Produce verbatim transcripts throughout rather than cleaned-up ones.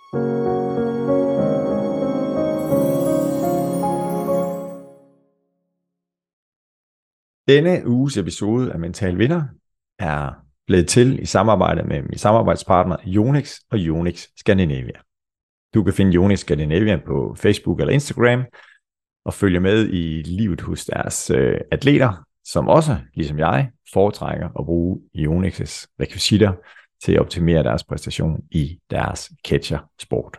Denne uges episode af Mental Vinder er blevet til i samarbejde med min samarbejdspartner Yonex og Yonex Scandinavia. Du kan finde Yonex Scandinavia på Facebook eller Instagram og følge med i livet hos deres øh, atleter, som også, ligesom jeg, foretrækker at bruge Yonex' rekvisitter til at optimere deres præstation i deres catcher-sport.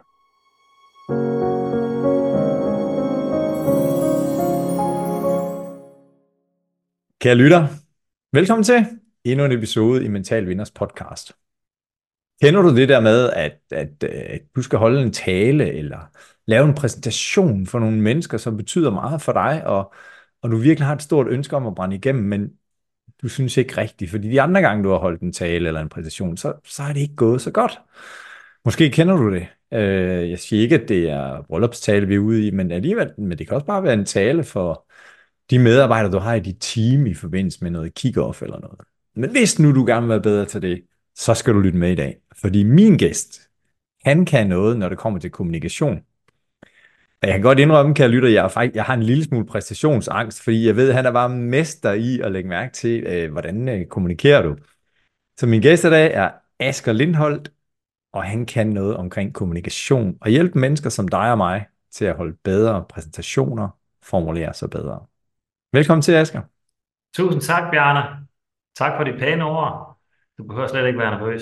Kære lytter, velkommen til endnu en episode i Mental Vinders podcast. Kender du det der med, at, at, at du skal holde en tale eller lave en præsentation for nogle mennesker, som betyder meget for dig, og, og du virkelig har et stort ønske om at brænde igennem, men du synes ikke rigtigt, fordi de andre gange, du har holdt en tale eller en præsentation, så, så er det ikke gået så godt. Måske kender du det. Jeg siger ikke, at det er bryllupstale, vi er ude i, men alligevel, men det kan også bare være en tale for de medarbejdere, du har i dit team i forbindelse med noget kick-off eller noget. Men hvis nu du gerne vil være bedre til det, så skal du lytte med i dag. Fordi min gæst, han kan noget, når det kommer til kommunikation. Jeg kan godt indrømme, kære lytter, jeg, faktisk, jeg har en lille smule præstationsangst, fordi jeg ved, at han er bare mester i at lægge mærke til, øh, hvordan øh, kommunikerer du. Så min gæst i dag er Asger Lindholt, og han kan noget omkring kommunikation og hjælpe mennesker som dig og mig til at holde bedre præsentationer, formulere sig bedre. Velkommen til, Asger. Tusind tak, Bjarne. Tak for de pæne ord. Du behøver slet ikke være nervøs.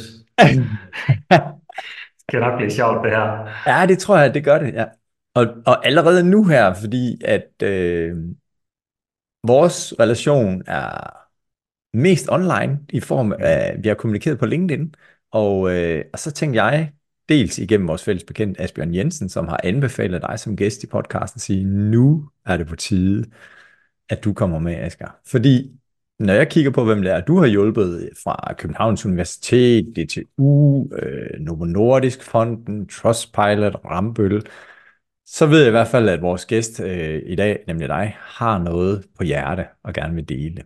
Det kan nok blive sjovt, det her. Ja, det tror jeg, det gør det, ja. Og, og allerede nu her, fordi at øh, vores relation er mest online i form af, at vi har kommunikeret på LinkedIn, og, øh, og så tænkte jeg, dels igennem vores fælles bekendt Asbjørn Jensen, som har anbefalet dig som gæst i podcasten, at sige, nu er det på tide, at du kommer med, Asger. Fordi når jeg kigger på, hvem det er, du har hjulpet fra Københavns Universitet, D T U, øh, Novo Nordisk Fonden, Trustpilot, Rambøll, så ved jeg i hvert fald, at vores gæst øh, i dag, nemlig dig, har noget på hjerte og gerne vil dele.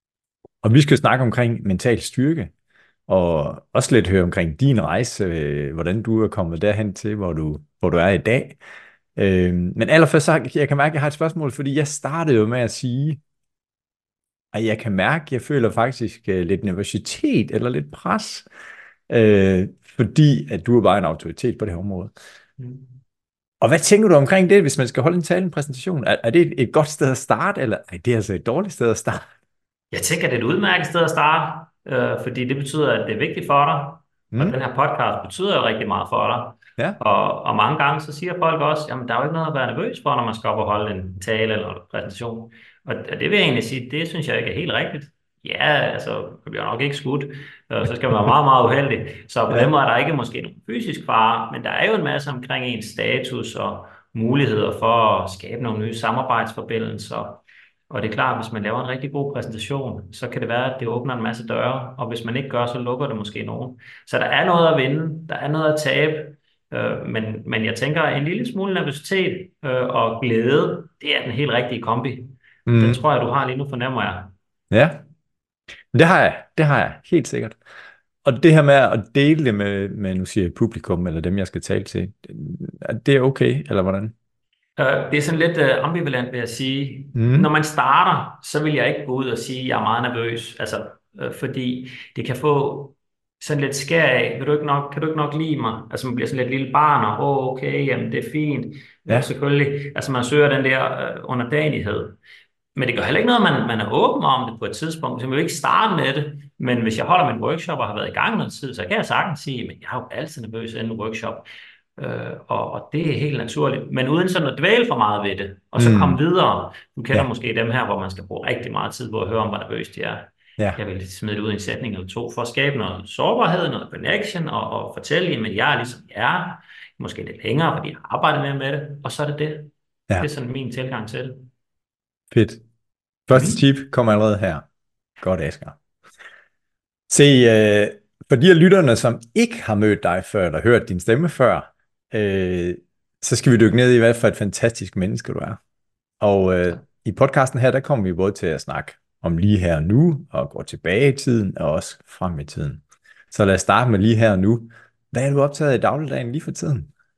Og vi skal snakke omkring mental styrke, og også lidt høre omkring din rejse, øh, hvordan du er kommet derhen til, hvor du, hvor du er i dag. Øh, men allerførst, så jeg kan mærke, at jeg har et spørgsmål, fordi jeg startede jo med at sige, at jeg kan mærke, at jeg føler faktisk uh, lidt nervøsitet eller lidt pres, øh, fordi at du er bare en autoritet på det her område. Mm. Og hvad tænker du omkring det, hvis man skal holde en tale, en præsentation? Er, er det et, et godt sted at starte, eller er det altså et dårligt sted at starte? Jeg tænker, det er et udmærket sted at starte, øh, fordi det betyder, at det er vigtigt for dig. Mm. Og den her podcast betyder jo rigtig meget for dig. Ja. Og, og mange gange så siger folk også, jamen der er jo ikke noget at være nervøs for, når man skal op og holde en tale eller en præsentation. Og det vil jeg egentlig sige, det synes jeg ikke er helt rigtigt. Ja, altså, det bliver nok ikke skudt, så skal man være meget, meget uheldig. Så på ja. den måde er der ikke måske nogen fysisk fare, men der er jo en masse omkring ens status og muligheder for at skabe nogle nye samarbejdsforbindelser. Og det er klart, at hvis man laver en rigtig god præsentation, så kan det være, at det åbner en masse døre, og hvis man ikke gør, så lukker det måske nogen. Så der er noget at vinde, der er noget at tabe, øh, men, men jeg tænker, en lille smule nervøsitet øh, og glæde, det er den helt rigtige kombi. Mm. Den tror jeg, du har lige nu, fornemmer jeg. Ja, det har jeg, det har jeg, helt sikkert. Og det her med at dele det med, med nu siger jeg, publikum, eller dem, jeg skal tale til, det er okay, eller hvordan? Uh, det er sådan lidt uh, ambivalent, vil jeg sige. Mm. Når man starter, så vil jeg ikke gå ud og sige, at jeg er meget nervøs, altså, uh, fordi det kan få sådan lidt skær af, vil du ikke nok, kan du ikke nok lide mig? Altså man bliver sådan lidt lille barn, og åh, okay, jamen det er fint. Ja. Ja, selvfølgelig, altså man søger den der uh, underdanighed. Men det gør heller ikke noget, man, man er åben om det på et tidspunkt. Så man vil ikke starte med det. Men hvis jeg holder min workshop og har været i gang noget tid, så kan jeg sagtens sige, at jeg er jo altid nervøs inden en workshop. Øh, og, og det er helt naturligt. Men uden sådan at dvæle for meget ved det. Og så mm. komme videre. Du kender ja. måske dem her, hvor man skal bruge rigtig meget tid på at høre om, hvor nervøs de er. Ja. Jeg vil smide det ud i en sætning eller to, for at skabe noget sårbarhed, noget connection, og, og fortælle dem, at jeg er ligesom jeg er. Måske lidt længere, fordi jeg har arbejdet mere med det. Og så er det det. Ja. Det er sådan min tilgang til det. Fedt. Første tip kommer allerede her. Godt, Asger. Se, øh, for de af lytterne, som ikke har mødt dig før, eller hørt din stemme før, øh, så skal vi dykke ned i, hvad for et fantastisk menneske du er. Og øh, i podcasten her, der kommer vi både til at snakke om lige her og nu, og gå tilbage i tiden, og også frem i tiden. Så lad os starte med lige her og nu. Hvad er du optaget i dagligdagen lige for tiden?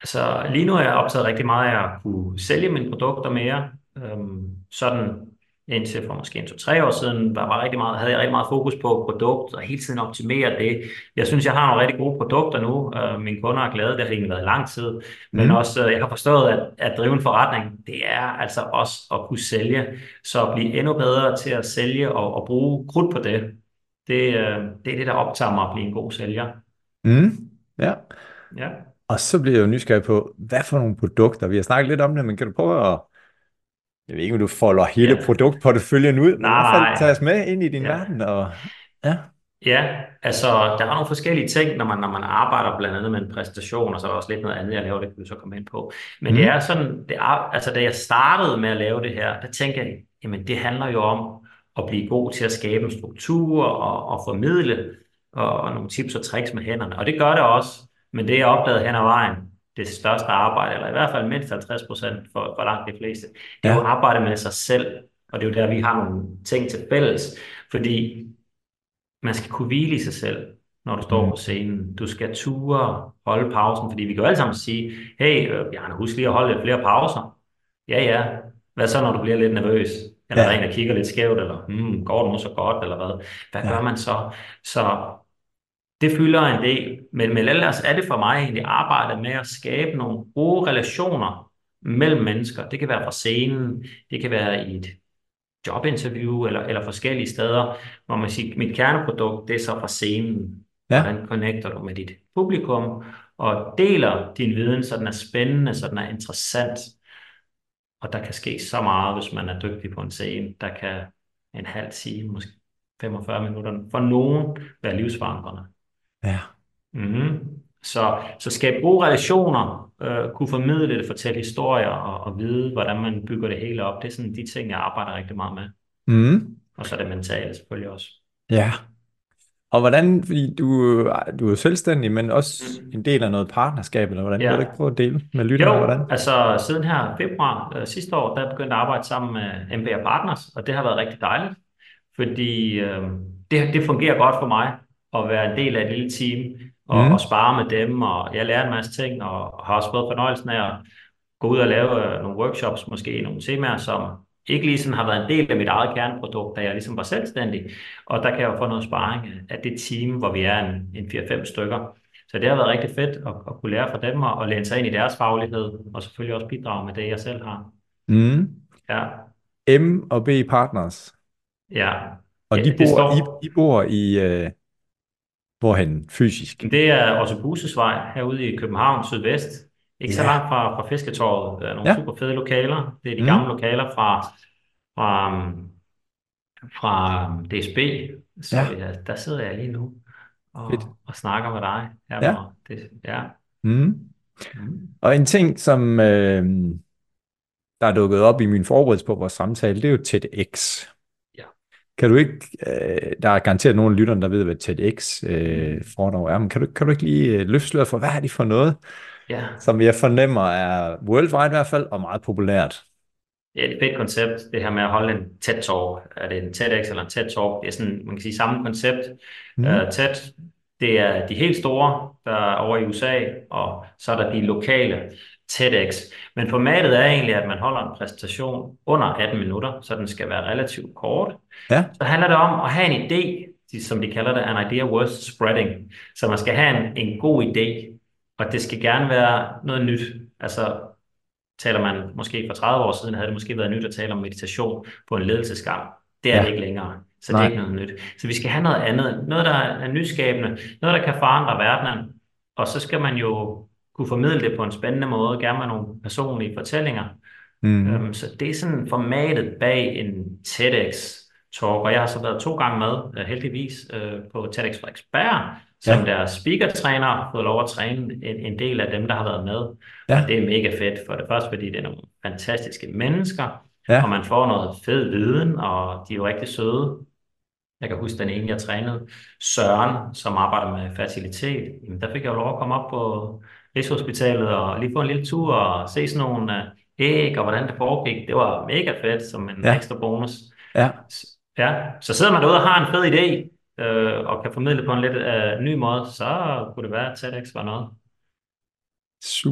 Altså, lige nu er jeg optaget rigtig meget af at kunne sælge mine produkter mere. Øhm, sådan indtil for måske en to-tre år siden, var, var rigtig meget, havde jeg rigtig meget fokus på produkt og hele tiden optimere det. Jeg synes, jeg har nogle rigtig gode produkter nu. Øh, mine kunder er glade, det har egentlig været i lang tid. Men Mm. også, øh, jeg har forstået, at, at drive en forretning, det er altså også at kunne sælge. Så at blive endnu bedre til at sælge og, og bruge krudt på det, det, øh, det er det, der optager mig at blive en god sælger. Mm. Ja. Ja. Og så bliver jeg jo nysgerrig på, hvad for nogle produkter, vi har snakket lidt om det, men kan du prøve at, jeg ved ikke, om du folder hele Ja. produktporteføljen ud, men i Nej, hvert fald tage nej. os med ind i din Ja. verden, og ja. Ja, altså der er nogle forskellige ting, når man, når man arbejder blandt andet med en præsentation, og så er der også lidt noget andet, jeg laver, det kan du så komme ind på. Men det er Mm. sådan, det er, altså da jeg startede med at lave det her, der tænkte jeg, jamen det handler jo om at blive god til at skabe en struktur og, og formidle og, og nogle tips og tricks med hænderne. Og det gør det også, men det jeg opdagede hen ad vejen, det største arbejde, eller i hvert fald mindst halvtreds procent for, for langt de fleste, det er jo Ja. arbejde med sig selv, og det er jo der, vi har nogle ting til fælles, fordi man skal kunne hvile i sig selv, når du står Mm. på scenen. Du skal ture holde pausen, fordi vi kan jo alle sammen sige, hey, øh, Bjarne, husk lige at holde lidt flere pauser. Ja, ja. Hvad så, når du bliver lidt nervøs? Eller der er en, Ja. der kigger lidt skævt, eller hmm, går det nu så godt, eller hvad? Hvad gør Ja. man så? Så det fylder en del. Men, men ellers er det for mig egentlig arbejde med at skabe nogle gode relationer mellem mennesker. Det kan være fra scenen, det kan være i et jobinterview eller, eller forskellige steder, hvor man siger, mit kerneprodukt, det er så fra scenen. Ja. Hvordan connecter du med dit publikum og deler din viden, så den er spændende, så den er interessant. Og der kan ske så meget, hvis man er dygtig på en scene. Der kan en halv time, måske femogfyrre minutter, for nogen være livsforandrende. Ja. Mm. Så, så skabe gode relationer, øh, kunne formidle det, fortælle historier og, og vide, hvordan man bygger det hele op. Det er sådan de ting, jeg arbejder rigtig meget med. Mm. Og så det mentale selvfølgelig også. Ja. Og hvordan, fordi du, du er jo selvstændig, men også Mm. en del af noget partnerskab, eller hvordan? Vil du Ja. ikke prøve at dele med lytterne, Jo, hvordan? altså siden her februar øh, sidste år, der begyndte jeg at arbejde sammen med M B A Partners, og det har været rigtig dejligt, fordi øh, det, det fungerer godt for mig at være en del af et lille team og, og Mm. spare med dem, og jeg lærer en masse ting, og har også fået fornøjelsen af at gå ud og lave øh, nogle workshops, måske nogle temaer, som ikke lige sådan har været en del af mit eget kerneprodukt, da jeg ligesom var selvstændig. Og der kan jeg jo få noget sparring af det team, hvor vi er en, en fire-fem stykker. Så det har været rigtig fedt at, at kunne lære fra dem og, og læne sig ind i deres faglighed, og selvfølgelig også bidrage med det, jeg selv har. Mm. Ja, M og B Partners. ja. Og Ja, de det bor, I, står. I bor i, øh, hvorhen fysisk? Det er også Busesvej herude i København sydvest. Ikke så Ja. langt fra, fra Fisketorvet. Der er nogle Ja. super fede lokaler. Det er de gamle Mm. lokaler fra, fra, fra D S B. Så Ja. ja, der sidder jeg lige nu Fedt. og, og snakker med dig. Her, Ja. hvor det, ja. Mm. Mm. Og en ting, som øh, der er dukket op i min forberedelse på vores samtale, det er jo TEDx. Ja. Kan du ikke, øh, der er garanteret nogle af lytterne, der ved, hvad TEDx øh, Mm. foredrag er, men kan du, kan du ikke lige øh, løfte sløret for, hvad er det for noget, Ja. som jeg fornemmer er worldwide i hvert fald, og meget populært? Det er et fedt koncept, det her med at holde en TED-talk. Er det en TEDx eller en TED-talk? Det er sådan, man kan sige, samme koncept. Uh, Mm. TED, det er de helt store, der er over i U S A, og så er der de lokale TEDx. Men formatet er egentlig, at man holder en præsentation under atten minutter, så den skal være relativt kort. Ja. Så handler det om at have en idé, de- som de kalder det, an idea worth spreading. Så man skal have en, en god idé, og det skal gerne være noget nyt. Altså taler man måske for tredive år siden, havde det måske været nyt at tale om meditation på en ledelsesgang. Det er Ja. det ikke længere, så det er Nej. ikke noget nyt. Så vi skal have noget andet, noget der er nyskabende, noget der kan forandre verdenen, og så skal man jo kunne formidle det på en spændende måde, gerne med nogle personlige fortællinger. Mm. Øhm, så det er sådan formatet bag en TEDx-talk, og jeg har så været to gange med, øh, heldigvis, øh, på TEDx Frederiksberg, som Ja. deres speaker-træner, har fået lov at træne en, en del af dem, der har været med. Ja. Og det er mega fedt, for det første, fordi det er nogle fantastiske mennesker, Ja. og man får noget fed viden, og de er jo rigtig søde. Jeg kan huske den ene, jeg trænede, Søren, som arbejder med fertilitet. Jamen, der fik jeg jo lov at komme op på Rigshospitalet og lige få en lille tur og se sådan nogle øh, æg og hvordan det foregik. Det var mega fedt som en Ja. ekstra bonus. Ja. S- Ja, så sidder man derude og har en fed idé øh, og kan formidle på en lidt øh, ny måde, så kunne det være, at TEDx var noget. Super.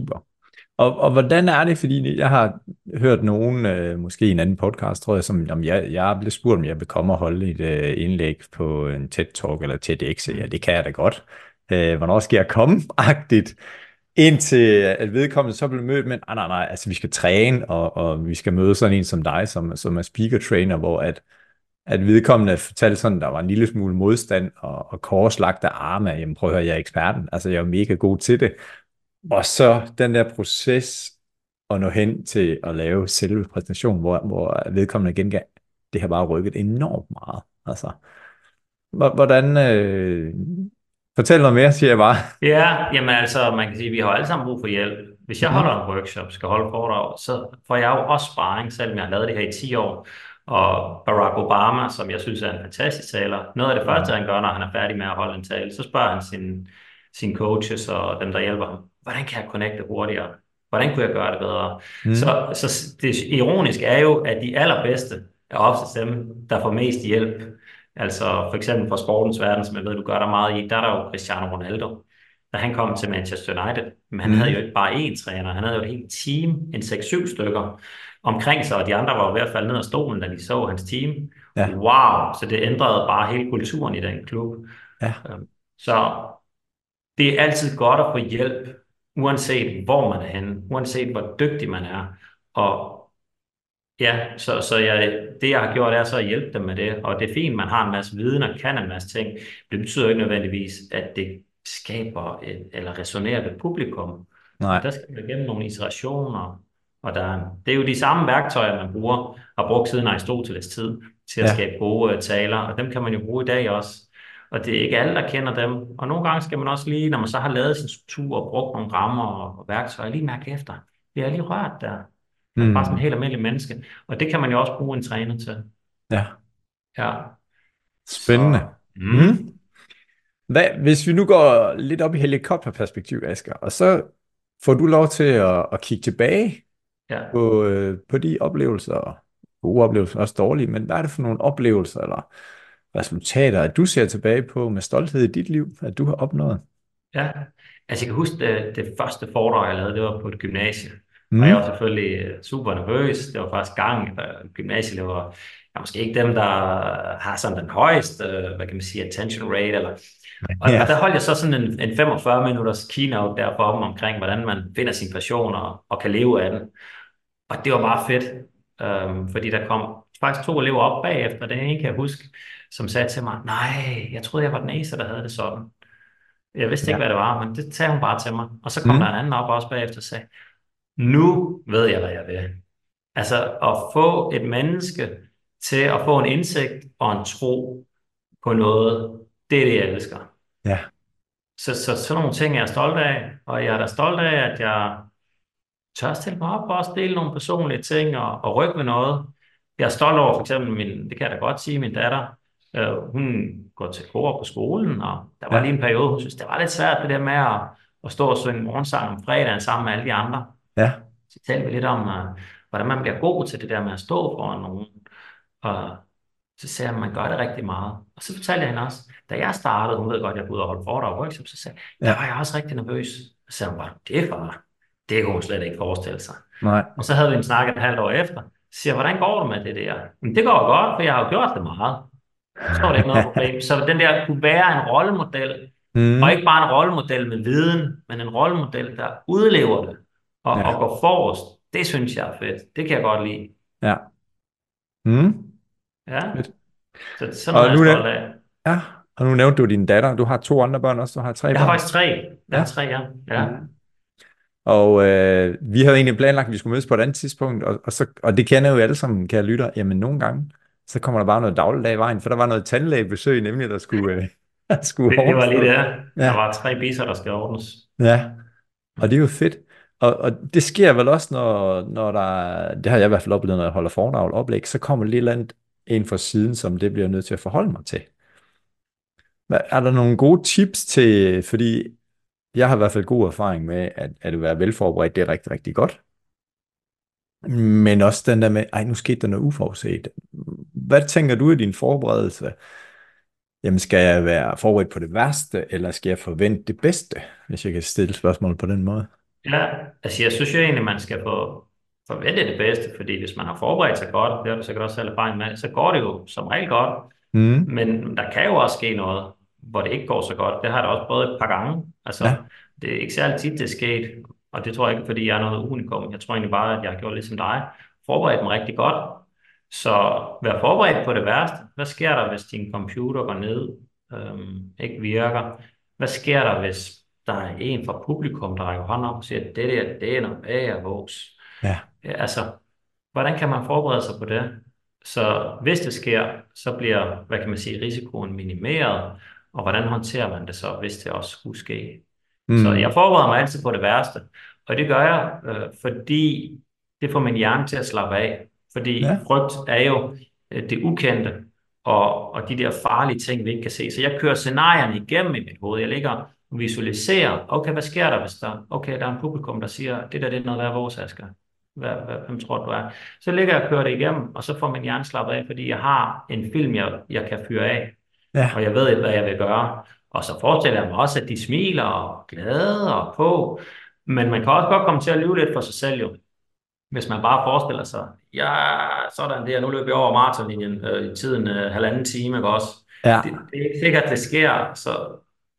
Og, og hvordan er det, fordi jeg har hørt nogen, øh, måske i en anden podcast, tror jeg, som om jeg, jeg blev spurgt, om jeg vil komme og holde et øh, indlæg på en TED-talk eller TEDx. Ja, det kan jeg da godt. Øh, hvornår skal jeg komme? Agtigt. Indtil at vedkommende så blev mødt med, nej, nej, nej, altså vi skal træne, og, og vi skal møde sådan en som dig, som, som er speaker-trainer, hvor at, at vedkommende fortalte sådan, der var en lille smule modstand og, og korslagte arme. Jamen prøv at høre, jeg er eksperten, altså jeg er mega god til det. Og så den der proces at nå hen til at lave selve præsentationen, hvor, hvor vedkommende gengav, det har bare rykket enormt meget. Altså, hvor- hvordan... Øh, fortæl noget mere, siger jeg bare. Ja, jamen altså, man kan sige, at vi har alle sammen brug for hjælp. Hvis jeg holder Mm. en workshop, skal holde foredrag, så får jeg jo også sparring, selvom jeg har lavet det her i ti år. Og Barack Obama, som jeg synes er en fantastisk taler, noget af det første, han gør, når han er færdig med at holde en tale, så spørger han sine, sine coaches og dem, der hjælper ham, hvordan kan jeg connecte hurtigere? Hvordan kunne jeg gøre det bedre? Mm. Så, så det ironiske er jo, at de allerbedste er oftest dem, der får mest hjælp. Altså for eksempel fra sportens verden, som jeg ved, du gør der meget i, der er der jo Cristiano Ronaldo. Da han kom til Manchester United, men han havde jo Mm. ikke bare én træner, han havde jo et helt team, en seks syv stykker omkring sig, og de andre var jo i hvert fald ned af stolen, da de så hans team. Ja, Wow, så det ændrede bare hele kulturen i den klub. ja. Øhm, Så det er altid godt at få hjælp, uanset hvor man er henne, uanset hvor dygtig man er. Og ja, så, så jeg, det jeg har gjort er så at hjælpe dem med det, og det er fint, man har en masse viden og kan en masse ting. Det betyder jo ikke nødvendigvis, at det skaber et, eller resonerer ved publikum. Nej. Der skal man igennem nogle iterationer, og der, det er jo de samme værktøjer, man bruger, har brugt siden Aristoteles tid, til at Ja. skabe gode uh, taler, og dem kan man jo bruge i dag også. Og det er ikke alle, der kender dem. Og nogle gange skal man også lige, når man så har lavet sin struktur og brugt nogle rammer og, og værktøjer, lige mærke efter. Det er lige rørt der. Altså bare som en Mm. helt almindelig menneske. Og det kan man jo også bruge en træner til. Ja. Ja, så... Spændende. Mm, Mm. Hvad, hvis vi nu går lidt op i helikopterperspektiv, Asger, og så får du lov til at, at kigge tilbage ja. på, øh, på de oplevelser, gode oplevelser, også dårlige, men hvad er det for nogle oplevelser eller resultater, at du ser tilbage på med stolthed i dit liv, at du har opnået? Ja, altså jeg kan huske, det, det første foredrag, jeg lavede, det var på et gymnasie. Og jeg var Mm. selvfølgelig øh, super nervøs. Det var faktisk gang, da gymnasieelever er måske ikke dem, der har sådan den højeste, øh, hvad kan man sige, attention rate. Eller... Og, og der Ja. holdt jeg så sådan en, en femogfyrre minutters keynote der for dem omkring, hvordan man finder sin passion og, og kan leve af den. Og det var bare fedt, øhm, fordi der kom faktisk to elever op bagefter, det ene kan jeg huske, som sagde til mig, nej, jeg troede, jeg var den eneste, der havde det sådan. Jeg vidste ikke, Ja. hvad det var, men det sagde hun bare til mig. Og så kom der en Mm. anden op også bagefter og sagde, nu ved jeg, hvad jeg vil. Altså at få et menneske til at få en indsigt og en tro på noget, det er det, jeg elsker. Ja. Så, så sådan nogle ting er jeg stolt af, og jeg er da stolt af, at jeg tør stille mig op og også dele nogle personlige ting og, og rykke med noget. Jeg er stolt over for eksempel min, det kan jeg da godt sige, min datter, øh, hun går til kor på skolen, og der var Ja. lige en periode, hun synes, det var lidt svært det der med at, at stå og synge morgensang om fredagen sammen med alle de andre. Ja. Så talte vi lidt om, uh, hvordan man bliver god til det der med at stå foran nogen. Og så sagde jeg, at man gør det rigtig meget. Og så fortalte jeg hende også, da jeg startede, hun ved godt, at jeg kunne ud og holde foredrag og workshop, så sagde jeg, der Ja. var jeg også rigtig nervøs. Så sagde hun bare, det er far. Det kunne hun slet ikke forestille sig. Nej. Og så havde vi en snak et halvt år efter. Så siger jeg, hvordan går det med det der? Men det går godt, for jeg har jo gjort det meget. Så var det ikke noget problem. Så den der kunne være en rollemodel, Mm. og ikke bare en rollemodel med viden, men en rollemodel, der udlever det og, Ja. og går forrest. Det synes jeg er fedt. Det kan jeg godt lide. Ja. Mm. Ja, Fedt. så sådan noget Og er jeg nu, stolt næv- af. ja. Og nu nævnte du din datter. Du har to andre børn også. Du har tre Jeg har børn. faktisk tre. Jeg Ja. har tre, ja. Ja. Mm. Og øh, vi havde egentlig planlagt, at vi skulle mødes på et andet tidspunkt, og, og, så, og det kender jo alle sammen, kære lytter, jamen nogle gange, så kommer der bare noget dagligdag i vejen, for der var noget tandlægebesøg, nemlig der skulle, øh, der skulle Det, det var lige overstås. der. Der Ja, var tre biser, der skal ordnes. ja, og det er jo fedt. Og, og det sker vel også, når, når der, det har jeg i hvert fald oplevet, når jeg holder foredrag eller oplæg, så kommer lidt eller andet ind fra siden, som det bliver jeg nødt til at forholde mig til. Hvad- Er der nogle gode tips til, fordi jeg har i hvert fald god erfaring med, at, at være velforberedt, det er rigtig, rigtig godt. Men også den der med, ej, nu skete der noget uforudset. Hvad tænker du i din forberedelse? Jamen, skal jeg være forberedt på det værste, eller skal jeg forvente det bedste, hvis jeg kan stille spørgsmål på den måde? Ja, altså jeg synes jo egentlig, man skal få forvente det bedste, fordi hvis man har forberedt sig godt, det har du sikkert også selv erfaring med, så går det jo som regel godt, Mm. men der kan jo også ske noget, hvor det ikke går så godt. Det har jeg da også prøvet et par gange. Altså, Ja, det er ikke særlig tit, det er sket, og det tror jeg ikke, fordi jeg er noget unikum. Jeg tror egentlig bare, at jeg har gjort ligesom dig, forberedt mig rigtig godt. Så vær forberedt på det værste. Hvad sker der, hvis din computer går ned, øhm, ikke virker? Hvad sker der, hvis der er en fra publikum, der rækker hånden op og siger, at det der, det er noget bagervås? ja, Ja, altså, hvordan kan man forberede sig på det? Så hvis det sker, så bliver, hvad kan man sige, risikoen minimeret, og hvordan håndterer man det så, hvis det også skulle ske? Så jeg mm. forbereder mig altid på det værste, og det gør jeg, øh, fordi det får min hjerne til at slappe af. Fordi Ja, frygt er jo øh, det ukendte, og, og de der farlige ting, vi ikke kan se. Så jeg kører scenarierne igennem i mit hoved. Jeg ligger og visualiserer, okay, hvad sker der, hvis der, okay, der er en publikum, der siger, det der, det er noget værd vores, Asger. Hvad, hvad, hvem tror du er? Så ligger jeg og kører det igennem, og så får min hjerne slappet af, fordi jeg har en film, jeg, jeg kan fyre af, og ja, jeg ved, hvad jeg vil gøre. Og så forestiller jeg mig også, at de smiler og glade og på, men man kan også godt komme til at lyve lidt for sig selv jo. Hvis man bare forestiller sig, ja, sådan der, nu løber jeg over maratonlinjen øh, i tiden øh, halvanden time, ikke også? ja, Det, det er ikke sikkert, det sker, så,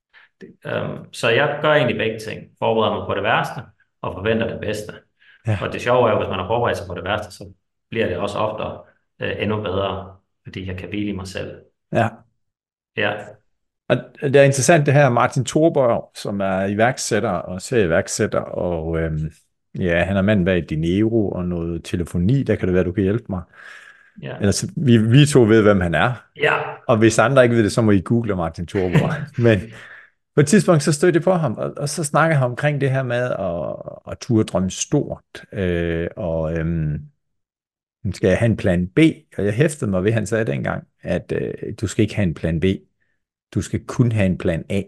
øhm, så jeg gør egentlig begge ting. Forbereder mig på det værste, og forventer det bedste. ja, Og det sjove er jo, hvis man har forberedt sig på det værste, så bliver det også oftere øh, endnu bedre, fordi jeg kan hvile i mig selv. ja. Ja. Og det er interessant det her, Martin Thorborg, som er iværksætter og serieværksætter, og øhm, ja, han er manden bag Dinero og noget telefoni, der kan det være, du kan hjælpe mig. Ja. Ellers, vi, vi to ved, hvem han er, Ja. og hvis andre ikke ved det, så må I google Martin Thorborg. Men på et tidspunkt, så stødte jeg på ham, og, og så snakker han omkring det her med at, at turde drømme stort, øh, og øhm, skal jeg have en plan B? Og jeg hæftede mig ved, han sagde dengang, at øh, du skal ikke have en plan B, du skal kun have en plan A.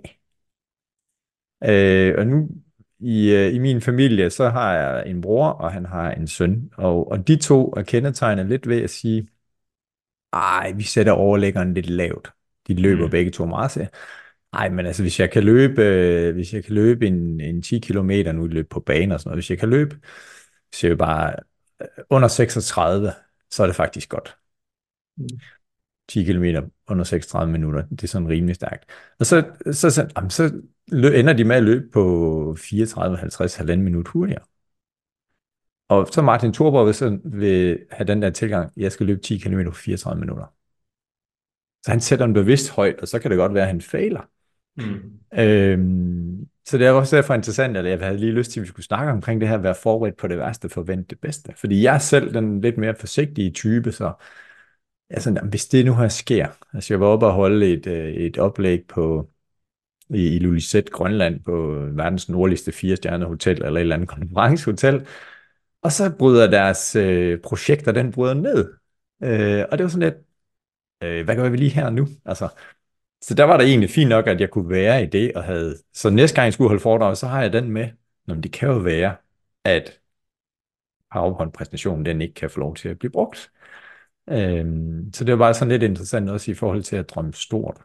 Øh, og nu i, øh, i min familie, så har jeg en bror, og han har en søn. Og, og de to er kendetegnet lidt ved at sige, ej, vi sætter overlæggeren lidt lavt. De løber Mm. begge to meget, så ej, men altså, hvis jeg kan løbe, øh, hvis jeg kan løbe en, en ti kilometer, nu løb på bane og sådan noget, hvis jeg kan løbe, så er jeg bare øh, under seksogtredive, så er det faktisk godt. Mm. ti kilometer under seksogtredive minutter, det er sådan rimelig stærkt. Og så, så, så, jamen, så lø- ender de med at løbe på fireogtredive halvtreds halvanden minut hurtigere. Og så Martin Thorborg vil, så, vil have den der tilgang, jeg skal løbe ti kilometer på fireogtredive minutter. Så han sætter en bevidst højt, og så kan det godt være, at han fejler. Mm. Øhm, så det er også derfor interessant, at jeg havde lige lyst til, at vi skulle snakke omkring det her, være forberedt på det værste, forvente det bedste. Fordi jeg er selv den lidt mere forsigtige type, så altså, hvis det nu her sker, altså jeg var oppe og holde et, øh, et oplæg på, i, i Ilulissat, Grønland, på verdens nordligste fire-stjernede hotel, eller et eller andet konferencehotel, og så bryder deres øh, projekter, den bryder ned. Øh, og det var sådan lidt, øh, hvad gør vi lige her nu? Altså, så der var det egentlig fint nok, at jeg kunne være i det, og havde, så næste gang jeg skulle holde foredrag, så har jeg den med. Nå, men det kan jo være, at PowerPoint-præsentationen, den ikke kan få lov til at blive brugt. Øhm, så det var bare sådan lidt interessant også i forhold til at drømme stort.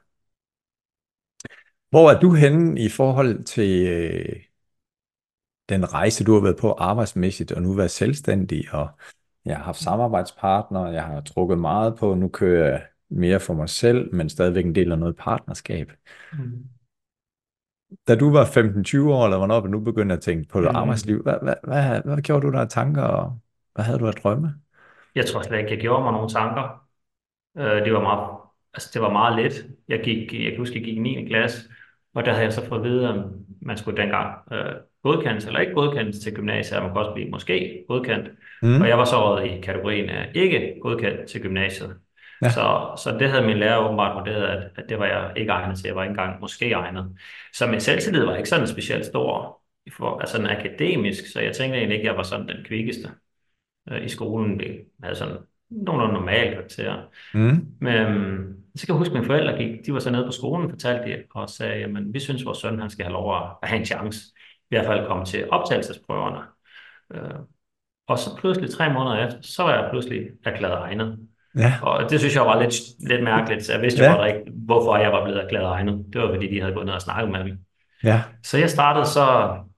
Hvor er du henne i forhold til øh, den rejse, du har været på arbejdsmæssigt, og nu været selvstændig, og jeg har haft samarbejdspartnere, jeg har trukket meget på, nu kører jeg mere for mig selv, men stadigvæk en del af noget partnerskab. Mm. Da du var femten tyve år, eller hvornår du nu begyndte at tænke på Mm. arbejdsliv, hvad, hvad, hvad, hvad gjorde du der af tanker, og hvad havde du af drømme? Jeg tror slet ikke, jeg gjorde mig nogle tanker. Øh, det var meget, altså det var meget let. Jeg gik, jeg kan huske, jeg gik i niende klasse, og der havde jeg så fået at vide, om man skulle dengang øh, godkendes eller ikke godkendes til gymnasiet, og man kunne også blive måske godkendt. Og jeg Mm, var så røget i kategorien af ikke godkendt til gymnasiet. ja, Så, så det havde min lærer åbenbart vurderet, at, at det var jeg ikke egnet til. Jeg var ikke engang måske egnet. Så min selvtillid var ikke sådan specielt stor, i for, altså sådan akademisk, så jeg tænkte egentlig ikke, at jeg var sådan den kvikkeste øh, i skolen. Vi havde sådan nogenlunde normale karakterer. mm, Men øhm, så kan jeg huske, at mine forældre gik, de var så nede på skolen, fortalte de, og sagde, jamen, vi synes, vores søn han skal have lov at have en chance. I hvert fald komme til optagelsesprøverne. Øh, og så pludselig, tre måneder efter, så var jeg pludselig erklæret egnet. ja, Og det synes jeg var lidt, lidt mærkeligt. Så jeg vidste jo ja, godt ikke, hvorfor jeg var blevet erklæret egnet. Det var, fordi de havde gået ned og snakket med dem. ja, Så jeg startede så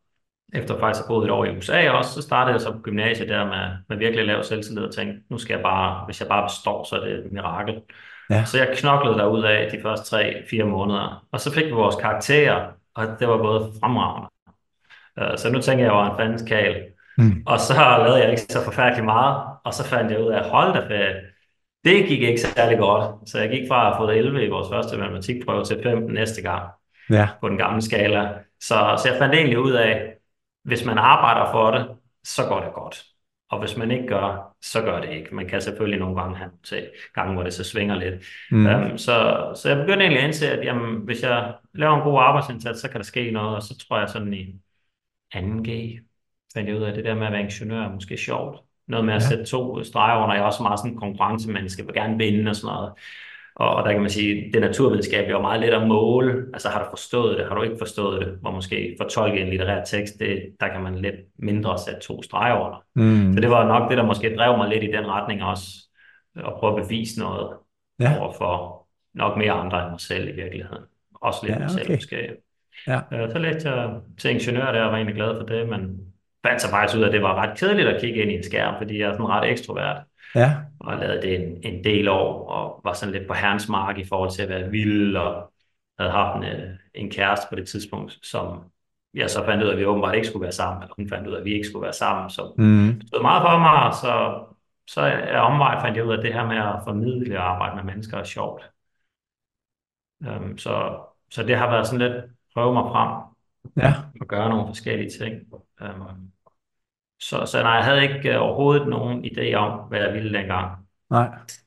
efter faktisk at have boet et år i U S A også, så startede jeg så på gymnasiet der med, med virkelig lav selvtillid og tænkte, nu skal jeg bare, hvis jeg bare består, så er det et mirakel. Så Ja. jeg knoklede derud af de første tre, fire måneder, og så fik vi vores karakterer, og det var både fremragende. Øh, Så nu tænker jeg, jeg var en fandens kagel. Mm. Og så lavede jeg ikke så forfærdeligt meget, og så fandt jeg ud af, hold da ferie. Det gik ikke særlig godt, så jeg gik fra at have fået elleve i vores første matematikprøve til fem næste gang Ja. på den gamle skala. Så, så jeg fandt egentlig ud af, hvis man arbejder for det, så går det godt. Og hvis man ikke gør, så gør det ikke. Man kan selvfølgelig nogle gange have til gange, hvor det så svinger lidt. Mm. Um, så, så jeg begyndte egentlig at indse, at jamen, hvis jeg laver en god arbejdsindsats, så kan der ske noget. Og så tror jeg sådan i anden G fandt jeg ud af, det der med at være ingeniør er måske sjovt. Noget med at Ja. sætte to streger under. Jeg er også meget sådan en konkurrencemenneske, vil gerne vinde og sådan noget. Og, og der kan man sige, det naturvidenskabelige er meget let at måle. Altså har du forstået det, har du ikke forstået det, hvor måske fortolke en litterær tekst, det, der kan man lidt mindre sætte to streger under. Mm. Så det var nok det, der måske drev mig lidt i den retning også, at prøve at bevise noget Ja. over for nok mere andre end mig selv i virkeligheden. Også lidt Ja, mig selv okay. måske. Ja. Øh, Så læste jeg til ingeniør der og var egentlig glad for det, men fandt så faktisk ud af, at det var ret kedeligt at kigge ind i en skærm, fordi jeg er sådan ret ekstrovert Ja. og lavede det en, en del år, og var sådan lidt på herrens mark i forhold til at være vild, og havde haft en, øh, en kæreste på det tidspunkt, som jeg så fandt ud af, at vi åbenbart ikke skulle være sammen, eller hun fandt ud af, at vi ikke skulle være sammen, så Mm. det stod meget for mig, og så, så er omvej fandt jeg ud af, at det her med at formidle og arbejde med mennesker er sjovt. Um, så, så det har været sådan lidt prøve mig frem Ja. og gøre nogle forskellige ting. Um, så, så nej, jeg havde ikke uh, overhovedet nogen idé om, hvad jeg ville dengang. Nej.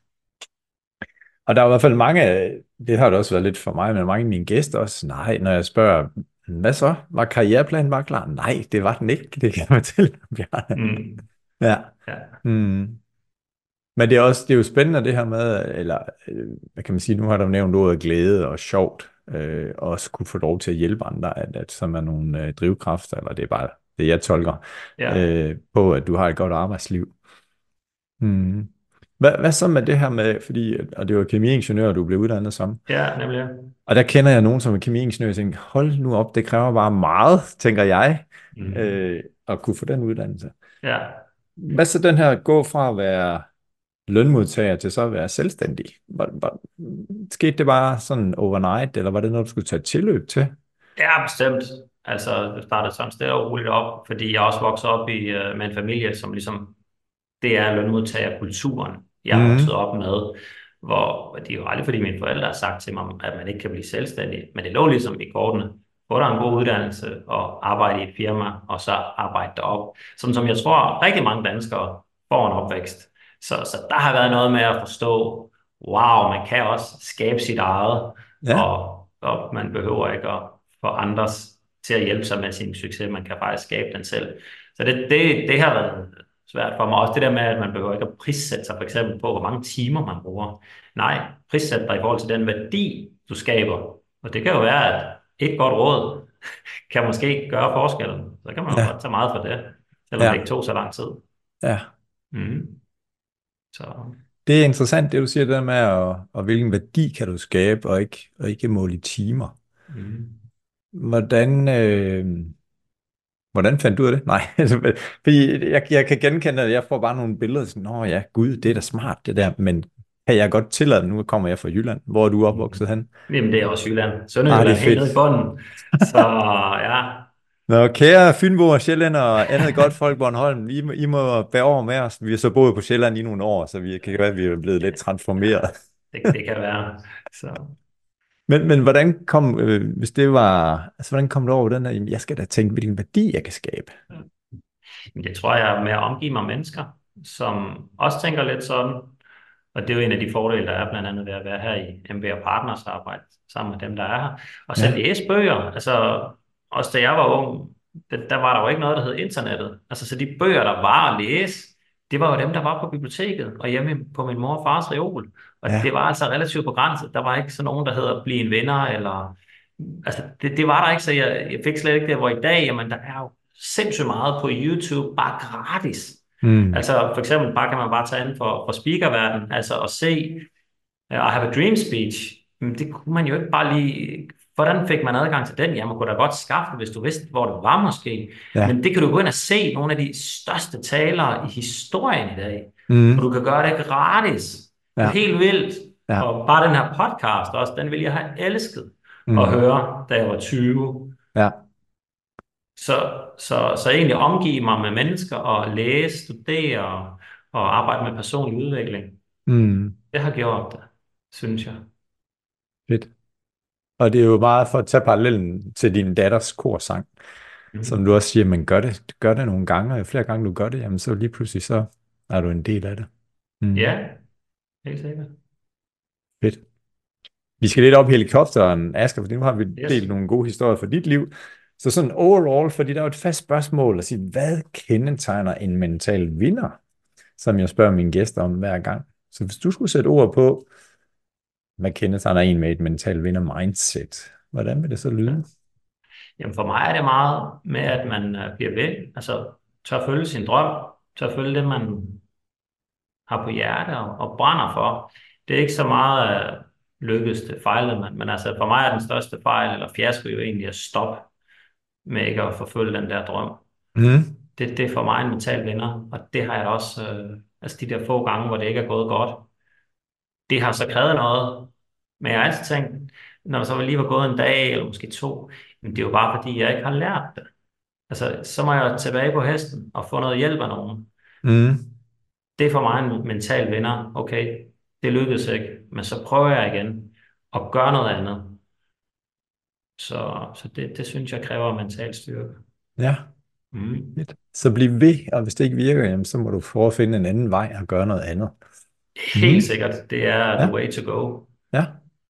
Og der er i hvert fald mange, det har det også været lidt for mig, men mange af mine gæster også, nej, når jeg spørger, hvad så? Var karriereplanen bare klar? Nej, det var den ikke, det kan jeg fortælle dig, Bjarne. Mm. Ja. Ja. Mm. Men det er også, det er jo spændende det her med, eller øh, hvad kan man sige, nu har du nævnt ordet glæde og sjovt, øh, og også kunne få lov til at hjælpe andre, at, at som er nogle øh, drivkræfter, eller det er bare det, jeg tolker, Ja. øh, på at du har et godt arbejdsliv. Mm. Hvad, hvad så med det her med, fordi, og det var kemiingeniør, du blev uddannet som, Ja, nemlig. og der kender jeg nogen, som er kemiingeniør, og tænker, hold nu op, det kræver bare meget, tænker jeg, Mm. øh, at kunne få den uddannelse. Ja. Hvad så den her, gå fra at være lønmodtager til så at være selvstændig? Var, var, skete det bare sådan overnight, eller var det noget, du skulle tage tilløb til? Ja, bestemt. Altså, det startede sådan stille og roligt op, fordi jeg også voksede op i, øh, med en familie, som ligesom, det er lønmodtagerkulturen, jeg er Mhm. vokset op med, hvor det er jo aldrig, fordi mine forældre har sagt til mig, at man ikke kan blive selvstændig, men det lå ligesom i kortene. Få dig en god uddannelse og arbejde i et firma, og så arbejde derop. Sådan som jeg tror, rigtig mange danskere får en opvækst. Så, så der har været noget med at forstå, wow, man kan også skabe sit eget, Ja. og, og man behøver ikke at få andres til at hjælpe sig med sin succes. Man kan faktisk skabe den selv. Så det, det, det har været svært for mig. Også det der med, at man behøver ikke at prissætte sig for eksempel på, hvor mange timer man bruger. Nej, prissæt dig i forhold til den værdi, du skaber. Og det kan jo være, at et godt råd kan måske gøre forskellen. Så kan man jo Ja. godt tage meget for det, selvom Ja. det ikke tog så lang tid. Ja. Mm. Så Det er interessant, det du siger, det der med, at, og hvilken værdi kan du skabe, og ikke, og ikke måle i timer. mm. Hvordan, øh, hvordan fandt du ud af det? Nej, altså, fordi jeg, jeg kan genkende, at jeg får bare nogle billeder, sådan, nå ja, gud, det er da smart, det der, men kan jeg godt tillade det? Nu kommer jeg fra Jylland. Hvor er du opvokset hen? Jamen, det er også Jylland. Ah, Sønderjylland det er helt nede i fedt. bunden. Så ja, Nå, kære Fynboer, Sjælland og andet godt folk Bornholm, I, må- I må bære over med os. Vi har så boet på Sjælland i nogle år, så vi kan være, at vi er blevet lidt transformeret. det, det kan være. Så. Men, men hvordan kom, øh, hvis det var, altså hvordan kom du over den her, jamen, jeg skal da tænke, hvilken værdi jeg kan skabe. Men jeg tror, jeg er med at omgive mig mennesker, som også tænker lidt sådan. Og det er jo en af de fordele, der er blandt andet ved at være her i M B og Partners arbejde sammen med dem, der er her. Og så Ja. læse bøger. Altså, også da jeg var ung, der, der var der jo ikke noget, der hed internettet. Altså, så de bøger, der var at læse, det var jo dem, der var på biblioteket og hjemme på min mor og fars reol. Og Ja. det var altså relativt begrænset. Der var ikke sådan nogen, der hedder Bliv en venner, eller... Altså, det, det var der ikke, så jeg, jeg fik slet ikke det, hvor i dag, jamen, der er jo sindssygt meget på YouTube, bare gratis. Mm. Altså for eksempel bare kan man bare tage ind for, for speakerverdenen, altså at se uh, I have a dream speech, men det kunne man jo ikke bare lige Hvordan fik man adgang til den? Ja, man kunne da godt skaffe det, hvis du vidste, hvor det var måske. Ja. Men det kan du gå ind og se nogle af de største talere i historien i dag. Og du Mm. kan gøre det gratis. Det er Ja. helt vildt. Ja. Og bare den her podcast også, den ville jeg have elsket at Mm. høre, da jeg var tyve. Ja. Så, så, så egentlig omgive mig med mennesker og læse, studere og arbejde med personlig udvikling. Mm. Det har gjort det, synes jeg. Fedt. Og det er jo meget for at tage parallellen til din datters korsang, som Mhm. du også siger, men gør det, gør det nogle gange, og jo flere gange du gør det, jamen så lige pludselig så er du en del af det. Mm. Ja, helt sikkert. Fedt. Vi skal lidt op i helikopteren, Asger, fordi nu har vi Yes. delt nogle gode historier fra dit liv. Så sådan overall, fordi der er jo et fast spørgsmål at sige, hvad kendetegner en mental vinder, som jeg spørger mine gæster om hver gang. Så hvis du skulle sætte ord på, hvad kendetegner en med et mental vinder mindset, hvordan vil det så lyde? Jamen for mig er det meget med, at man øh, bliver ved, altså tør følge sin drøm, tør følge det, man har på hjerte og, og brænder for. Det er ikke så meget uh, lykkedes det, fejlede man, men altså for mig er den største fejl eller fiasko jo egentlig at stoppe med ikke at forfølge den der drøm. Mm. Det, det er for mig en mental vinder, og det har jeg også, øh, altså de der få gange, hvor det ikke er gået godt, det har så krævet noget, men jeg har altid tænkt, når der så lige var gået en dag eller måske to, men det er jo bare fordi, jeg ikke har lært det. Altså, så må jeg tilbage på hesten og få noget hjælp af nogen. Mm. Det er for mig en mental vinder. Okay, det lykkedes ikke, men så prøver jeg igen og gør noget andet. Så, så det, det synes jeg kræver mental styrke. Ja, Mm. fedt. Så bliv ved, og hvis det ikke virker, jamen, så må du prøve at finde en anden vej og gøre noget andet. Mm. Helt sikkert, det er Ja, the way to go. ja,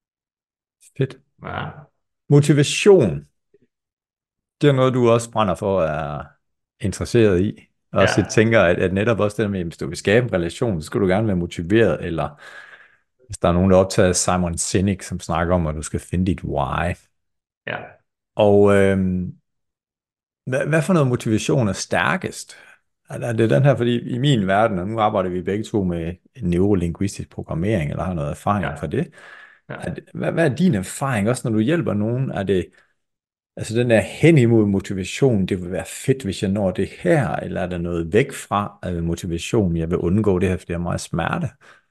fedt. Ja, Motivation, det er noget, du også brænder for og er interesseret i. Og også jeg ja, tænker, at, at netop også det der med, hvis du vil skabe en relation, så skal du gerne være motiveret, eller hvis der er nogen, der optager Simon Sinek, som snakker om, at du skal finde dit why. ja. Og øhm, hvad, hvad for noget motivation er stærkest? Er er det den her, fordi i min verden, og nu arbejder vi begge to med neurolinguistisk programmering, eller har noget erfaring fra Ja, det. ja. Er det hvad, hvad er din erfaring, også når du hjælper nogen? Er det altså den der hen imod motivation, det vil være fedt, hvis jeg når det her, eller er der noget væk fra øh, motivation, jeg vil undgå det her, fordi det er meget smerte?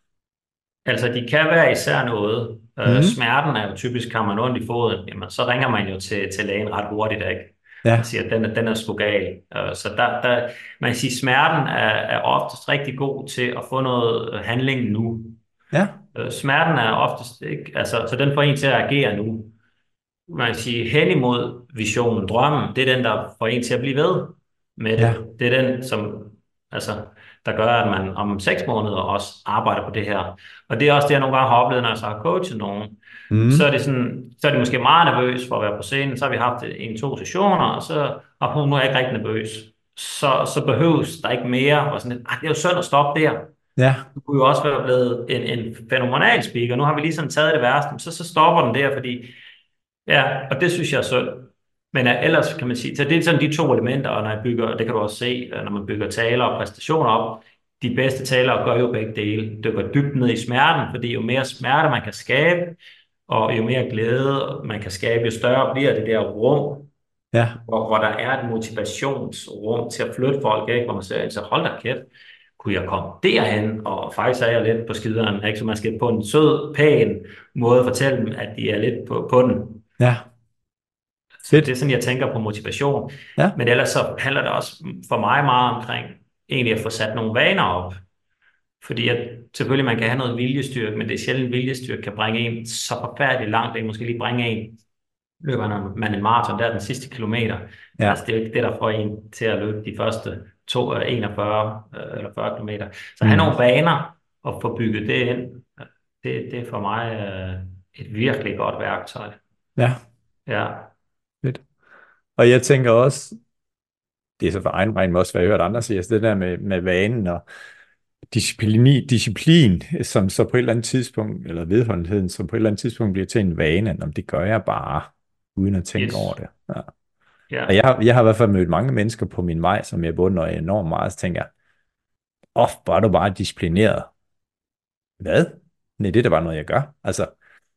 Altså, de kan være især noget. Øh, Mm. smerten er jo typisk, har man ondt i foden, jamen, så ringer man jo til, til lægen ret hurtigt, ikke? Og Ja, siger, at den, er- den er sgu gal. Øh, så der, der, man kan sige, at smerten er, er oftest rigtig god til at få noget handling nu. ja, Øh, smerten er oftest ikke, altså, så den får en til at agere nu. Man kan sige, hen imod visionen, drømmen, det er den, der får en til at blive ved med ja, det. Det er den, som, altså, der gør, at man om seks måneder også arbejder på det her. Og det er også det, jeg nogle gange har oplevet, når jeg så har coachet nogen. Så er mm. det sådan, så er de måske meget nervøs for at være på scenen. Så har vi haft en, to sessioner, og så og hun nu er jeg ikke rigtig nervøs. Så, så behøves der ikke mere. Og sådan, ah, det er jo synd at stoppe der. Ja, Du kunne jo også være blevet en, en fænomenal speaker. Nu har vi lige sådan taget det værste, så, så stopper den der, fordi ja, og det synes jeg er synd. Men uh, ellers kan man sige, så det er sådan de to elementer, og når jeg bygger, det kan du også se, uh, når man bygger taler og præstationer op, de bedste talere gør jo begge dele. Det går dybt ned i smerten, fordi jo mere smerte man kan skabe, og jo mere glæde man kan skabe, jo større bliver det der rum, ja, hvor, hvor der er et motivationsrum til at flytte folk, ikke? Hvor man siger, altså hold da kæft, kunne jeg komme derhen, og faktisk er jeg lidt på skideren, ikke? Så man skal på en sød, pæn måde fortælle dem, at de er lidt på, på den. ja, Så det fedt. er sådan, jeg tænker på motivation. Ja, Men ellers så handler det også for mig meget omkring egentlig at få sat nogle vaner op. Fordi at, selvfølgelig man kan have noget viljestyrke, men det er sjældent viljestyrke kan bringe en så forfærdeligt langt. Det kan måske lige bringe en, løber man en maraton, der er den sidste kilometer. Men ja, altså, det er jo ikke det, der får en til at løbe de første to, øh, enogfyrre øh, eller fyrre kilometer. Så have nogle mm. vaner og få bygget det ind, det, det er for mig øh, et virkelig godt værktøj. Ja, Ja, fedt. Og jeg tænker også, det er så for egen regning, men også hvad jeg har hørt andre sige, altså det der med, med vanen og disciplin, disciplin, som så på et eller andet tidspunkt, eller vedholdenheden, som på et eller andet tidspunkt bliver til en vane, om det gør jeg bare, uden at tænke over yes. det. Ja. Ja. Og jeg har, jeg har i hvert fald mødt mange mennesker på min vej, som jeg beundrer enormt meget, så tænker jeg, åh, hvor er du bare disciplineret. Hvad? Nej, det er da bare noget, jeg gør. Altså,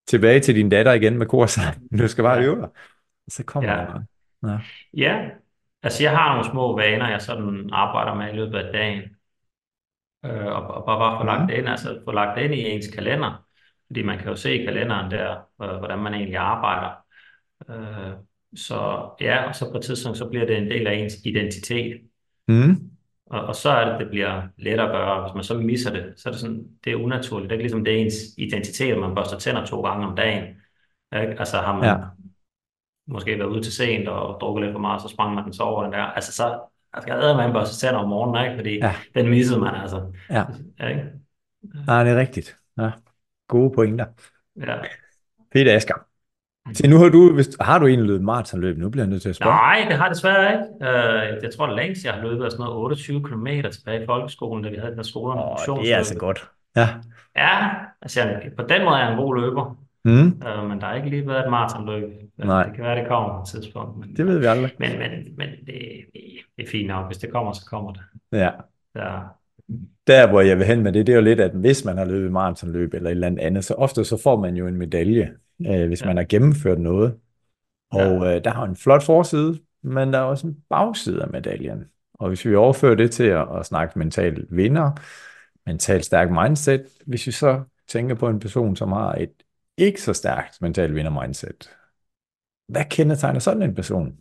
tilbage til din datter igen med korsang. Du skal bare øve Ja, dig. Og så kommer det ja, bare. Ja. ja. Altså, jeg har nogle små vaner, jeg sådan arbejder med i løbet af dagen. Øh, og, og bare, bare få lagt det Mm. ind, altså få lagt det ind i ens kalender. Fordi man kan jo se i kalenderen der, øh, hvordan man egentlig arbejder. Øh, så ja, og så på et tidspunkt, så bliver det en del af ens identitet. Mm. Og, og så er det, det bliver let at gøre. Hvis man så misser det, så er det sådan, det er unaturligt. Det er ikke ligesom, det er ens identitet, at man børster tænder to gange om dagen. Ikke? Altså har man Ja. måske været ude til sent og drukket lidt for meget, så sprang man den så over den der. Altså så skal jeg man børste tænder om morgenen, ikke? Fordi Ja. den missede man altså. Ja. Ja, ikke? Nej, det er rigtigt. Ja. Gode pointer. Ja. Peter Asger. Se, nu har du, hvis, har du egentlig løbet maratonløb? Nu bliver jeg nødt til at spørge. Nej, det har jeg desværre ikke. Øh, jeg tror, det længst jeg har løbet er sådan noget otteogtyve kilometer tilbage i folkeskolen, da vi havde den der skolerne Åh, det er altså motionsløbet. godt. Ja. Ja, altså jeg, på den måde er jeg en god løber. Mm. Øh, men der har ikke lige været et maratonløb. Øh, Nej, det kan være, det kommer på et tidspunkt. Men, det ved vi aldrig. men, men, men det, det, det er fint nok. Hvis det kommer, så kommer det. Ja. Ja, Der, hvor jeg vil hen med det, det er jo lidt, at hvis man har løbet maratonløb eller et eller andet andet, så ofte så får man jo en medalje, øh, hvis man ja, har gennemført noget. ja. Og øh, der har en flot forside, men der er også en bagside af medaljen. Og hvis vi overfører det til at, at snakke mental vinder, mental stærk mindset, hvis vi så tænker på en person, som har et ikke så stærkt mental vinder mindset, hvad kendetegner sådan en person?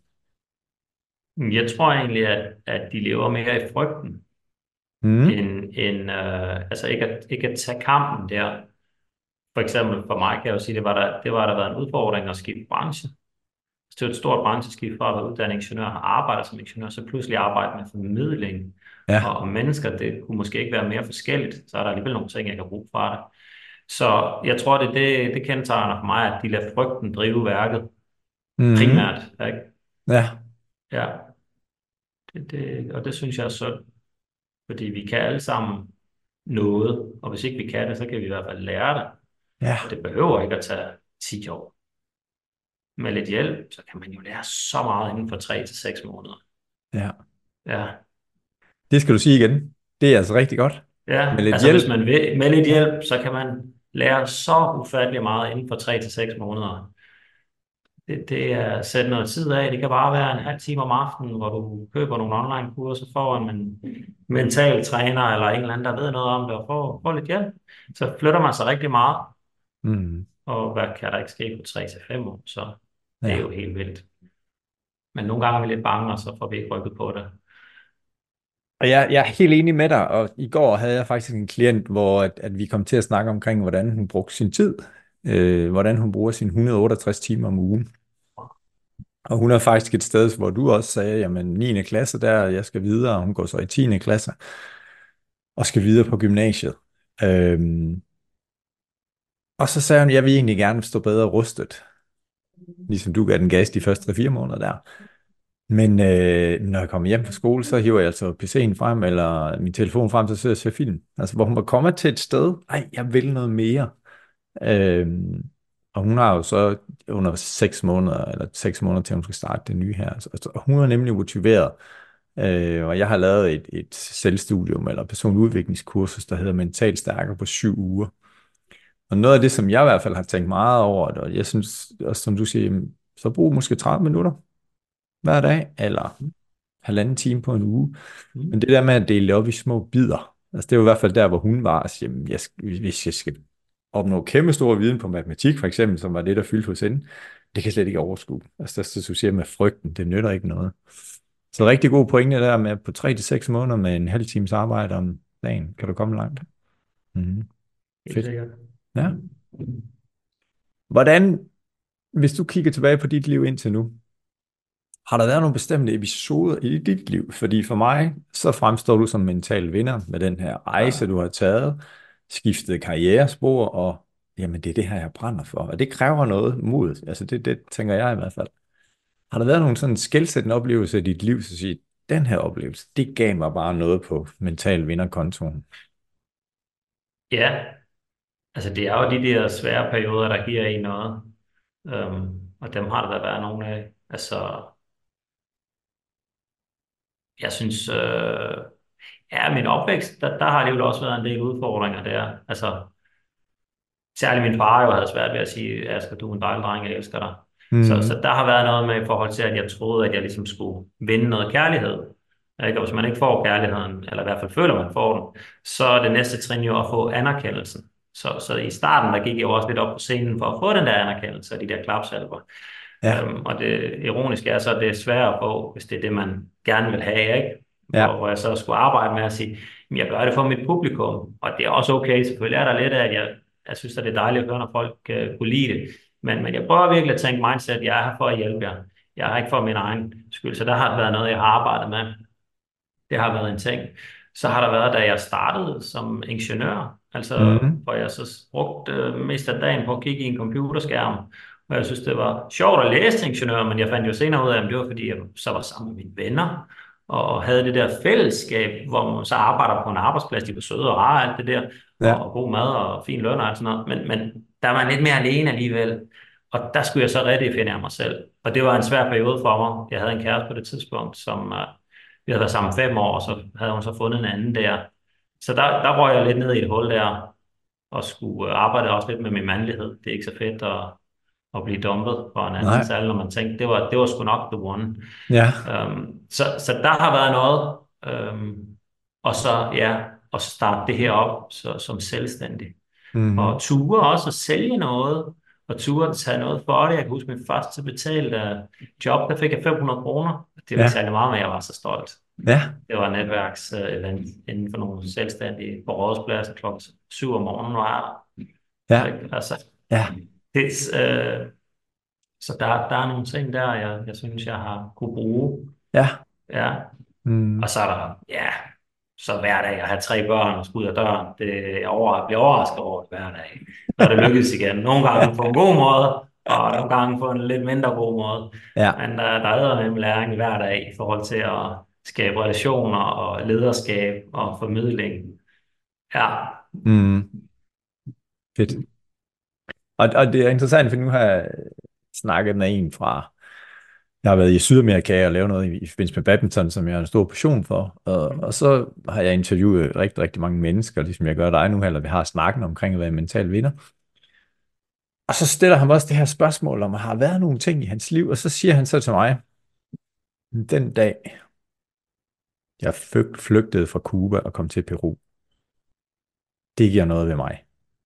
Jeg tror egentlig, at, at de lever mere i frygten, Mm. end, end øh, altså ikke at, ikke at tage kampen der. For eksempel for mig kan jeg jo sige, det var der, det var der været en udfordring at skifte branche. Så det er jo et stort brancheskift fra at være uddannet ingeniør og arbejde som ingeniør, så pludselig arbejde med formidling og, Ja. og mennesker. Det kunne måske ikke være mere forskelligt. Så er der alligevel nogle ting, jeg kan bruge fra det. Så jeg tror, det, det, det kendetegner for mig, at de lader frygten drive værket Mm. primært. Ikke? Ja. Ja, det, det, og det synes jeg er synd, fordi vi kan alle sammen noget, og hvis ikke vi kan det, så kan vi i hvert fald lære det. Ja. Og det behøver ikke at tage ti år. Med lidt hjælp, så kan man jo lære så meget inden for tre til seks måneder. Ja. Ja, Det skal du sige igen. Det er altså rigtig godt. ja, Med lidt altså hvis hjælp. man vil, med lidt hjælp, så kan man lære så ufattelig meget inden for tre til seks måneder. Det, det er at sætte noget tid af. Det kan bare være en halv time om aftenen, hvor du køber nogle online-kurser, får en mental træner eller en eller anden, der ved noget om det, og får, får lidt hjælp. Så flytter man sig rigtig meget, Mm. og hvad kan der ikke ske på tre til fem år, så det er Ja. jo helt vildt. Men nogle gange er vi lidt bange, og så får vi ikke rykket på det. Og jeg, jeg er helt enig med dig, og i går havde jeg faktisk en klient, hvor at, at vi kom til at snakke omkring, hvordan hun brugte sin tid, øh, hvordan hun bruger sine et hundrede og otteogtres timer om ugen. Og hun er faktisk et sted, hvor du også sagde, jamen niende klasse der, jeg skal videre, og hun går så i tiende klasse, og skal videre på gymnasiet. Øhm, og så sagde hun, jeg vil egentlig gerne stå bedre rustet, ligesom du gav den gas de første tre fire måneder der. Men øh, når jeg kommer hjem fra skole, så hiver jeg altså P C'en frem, eller min telefon frem, så sidder jeg og ser film. Altså, hvor hun var kommet til et sted, ej, jeg vil noget mere. Øhm, og hun har jo så under seks måneder, eller seks måneder til hun skal starte det nye her. Så, så hun er nemlig motiveret. Øh, og jeg har lavet et, et selvstudium, eller personlig udviklingskursus, der hedder Mental Stærkere på syv uger. Og noget af det, som jeg i hvert fald har tænkt meget over, og jeg synes også, som du siger, jamen, så brug måske tredive minutter hver dag, eller halvanden time på en uge. Men det der med at dele det op i små bidder, altså det er jo i hvert fald der, hvor hun var, altså, jamen, jeg, skal- hvis jeg skal opnå kæmpe stor viden på matematik, for eksempel, som var det, der fyldte hos hende, det kan jeg slet ikke overskue. Altså det, du siger med frygten, det nytter ikke noget. Så rigtig god pointe der med, at på tre til seks måneder med en halv times arbejde om dagen, kan du komme langt. Mm. Helt Fedt. sikkert. Ja. Hvordan, hvis du kigger tilbage på dit liv indtil nu, har der været nogle bestemte episoder i dit liv? Fordi for mig, så fremstår du som mental vinder med den her rejse, Ja. du har taget, skiftet karrierespor, og jamen det er det her, jeg brænder for. Og det kræver noget mod. Altså det, det tænker jeg i hvert fald. Har der været nogle sådan skelsættende oplevelser i dit liv, så siger, den her oplevelse, det gav mig bare noget på mental vinderkontoen. Ja, altså det er jo de der svære perioder, der giver en noget. Øhm, og dem har der da været nogle af. Altså, jeg synes, øh, ja, min opvækst, der, der har alligevel også været en del udfordringer der. Altså, særligt min far jo havde svært ved at sige, Asger, du er en dejlig dreng, jeg elsker dig. Så, så Mm. der har været noget med i forhold til, at jeg troede, at jeg ligesom skulle vinde noget kærlighed. Ikke? Og hvis man ikke får kærligheden, eller i hvert fald føler, man får den, så er det næste trin jo at få anerkendelsen. Så, så i starten, der gik jeg jo også lidt op på scenen for at få den der anerkendelse af de der klapsalver. Ja, Øhm, og det ironiske er så, at det er svært at få, hvis det er det, man gerne vil have, ikke? Hvor, ja, hvor jeg så skulle arbejde med at sige, "Jamen, jeg gør det for mit publikum, og det er også okay, selvfølgelig er der lidt af, at jeg, jeg synes, at det er dejligt at høre, når folk uh, kunne lide det, men, men jeg prøver virkelig at tænke mindset, jeg er her for at hjælpe jer, jeg er her ikke for min egen skyld, så der har været noget, jeg har arbejdet med. Det har været en ting. Så har der været, da jeg startede som ingeniør, altså mm. hvor jeg så brugte øh, mest af dagen på at kigge i en computerskærm, og jeg synes, det var sjovt at læse til ingeniør, men jeg fandt jo senere ud af, at det var fordi, jeg så var sammen med mine venner, og havde det der fællesskab, hvor man så arbejder på en arbejdsplads, de var søde og rare, alt det der, og, Ja, og god mad og fin løn og alt sådan noget, men, men der var lidt mere alene alligevel, og der skulle jeg så redefinere mig selv, og det var en svær periode for mig. Jeg havde en kæreste på det tidspunkt, som øh, vi havde været sammen fem år, og så havde hun så fundet en anden der. Så der, der røg jeg lidt ned i et hul der, og skulle øh, arbejde også lidt med min mandlighed. Det er ikke så fedt at, at blive dumpet for en anden, nej, særligt når man tænkte, det var, det var sgu nok the one. ja, Um, så, så der har været noget, um, og så ja, og så starte det her op så, som selvstændig. mm. Og ture også at sælge noget, og ture at tage noget for det. Jeg kan huske min første betalte job, der fik jeg fem hundrede kroner. Det var ikke Ja, særlig meget, men jeg var så stolt. ja, Det var netværksevent inden for nogle selvstændige på Rådhuspladsen klokken syv om morgenen var jeg der. ja, Ikke? Altså, ja, det, øh, så der, der er nogle ting der, jeg, jeg synes, jeg har kunne bruge. ja, Ja. Og mm. så er der, ja, så hver dag at have tre børn og skulle ud af døren, det jeg over, bliver overrasket over det hver dag, når det lykkes igen. Nogle gange på en god måde, og nogle gange på en lidt mindre god måde. Ja, Men der, der er en læring hver dag i forhold til at skabe relationer og lederskab og formidling. Ja, mm. Fedt. Og, og det er interessant, for nu har jeg snakket med en fra, jeg har været i Sydamerika og lavet noget i, i forbindelse med badminton, som jeg har en stor passion for. Og, og så har jeg interviewet rigtig, rigtig mange mennesker, ligesom jeg gør dig nu, eller vi har snakken omkring at være mental vinder. Og så stiller han også det her spørgsmål, om der har været nogle ting i hans liv, og så siger han så til mig, den dag, jeg fyg- flygtede fra Cuba og kom til Peru, det giver noget ved mig.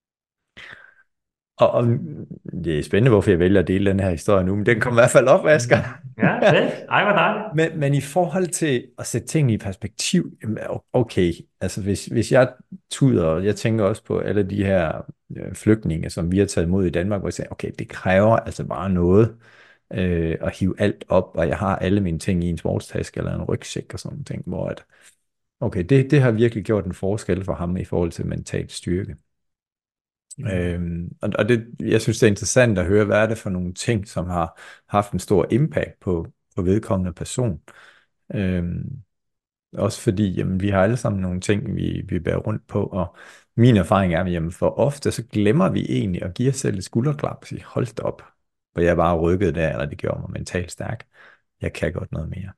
Og, og det er spændende, hvorfor jeg vælger at dele den her historie nu, men den kommer i hvert fald op, Asger. ja, fedt. Ej, hvor dejligt. Men, men i forhold til at sætte ting i perspektiv, jamen, okay, altså hvis, hvis jeg tuder, og jeg tænker også på alle de her øh, flygtninge, som vi har taget imod i Danmark, hvor jeg siger, okay, det kræver altså bare noget øh, at hive alt op, og jeg har alle mine ting i en sportstaske eller en rygsæk og sådan nogle ting, hvor at, okay, det, det har virkelig gjort en forskel for ham i forhold til mental styrke. Mm. Øhm, og og det, jeg synes, det er interessant at høre, hvad er det for nogle ting, som har haft en stor impact på, på vedkommende person. Øhm, også fordi, jamen, vi har alle sammen nogle ting, vi, vi bærer rundt på, og min erfaring er, at jamen, for ofte, så glemmer vi egentlig at give os selv et skulderklap og sige, hold da op, hvor jeg bare rykkede der, eller det gjorde mig mentalt stærk. Jeg kan godt noget mere.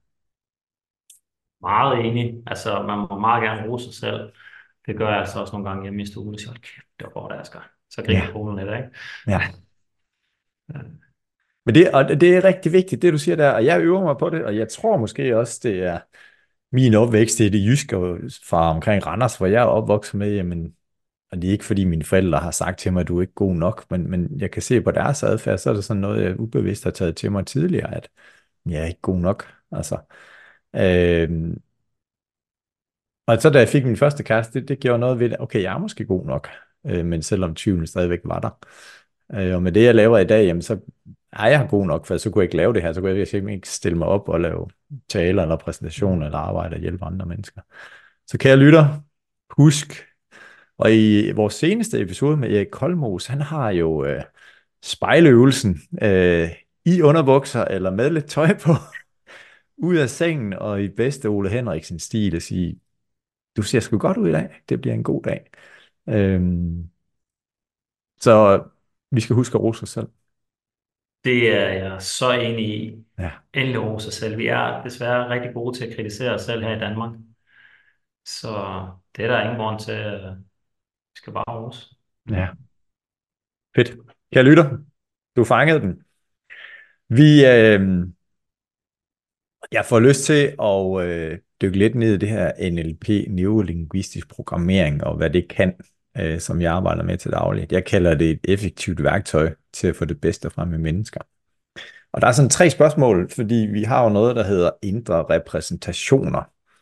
Meget enig. Altså, man må meget gerne rose sig selv. Det gør jeg altså også nogle gange hjemme i stuen, og siger, hold kæft, det var godt, Asger. Så griner Ja, konen lidt, ikke? ja. Ja. Men det, og det er rigtig vigtigt, det du siger der, og jeg øver mig på det, og jeg tror måske også, det er min opvækst i det jyske fra omkring Randers, hvor jeg er opvokset med, jamen, og det er ikke fordi mine forældre har sagt til mig, at du er ikke god nok, men, men jeg kan se på deres adfærd, så er det sådan noget, jeg ubevidst har taget til mig tidligere, at jeg er ikke god nok. Altså, øh, og så da jeg fik min første kæreste, det, det gjorde noget ved det, okay, jeg er måske god nok, øh, men selvom tvivlen stadigvæk var der. Øh, og med det, jeg laver i dag, jamen, så er jeg god nok, for så kunne jeg ikke lave det her, så kunne jeg simpelthen ikke stille mig op og lave taler eller præsentationer eller arbejde og hjælpe andre mennesker. Så kære lytter, husk, og i vores seneste episode med Erik Kolmos, han har jo øh, spejleøvelsen øh, i underbukser eller med lidt tøj på, ud af sengen og i bedste Ole Henriksen stil at sige, du ser sgu godt ud i dag, det bliver en god dag. Øhm, så vi skal huske at rose os selv. Det er jeg så enig i. Ja. Endelig rose sig selv. Vi er desværre rigtig gode til at kritisere os selv her i Danmark. Så det er der ingen grund til. Vi skal bare rose. Ja. Fedt. Kære lytter, du fangede den. Vi, øh, jeg får lyst til at øh, dykke lidt ned i det her N L P, neurolingvistisk programmering, og hvad det kan, øh, som jeg arbejder med til dagligt. Jeg kalder det et effektivt værktøj til at få det bedste frem i mennesker. Og der er sådan tre spørgsmål, fordi vi har jo noget, der hedder indre repræsentationer.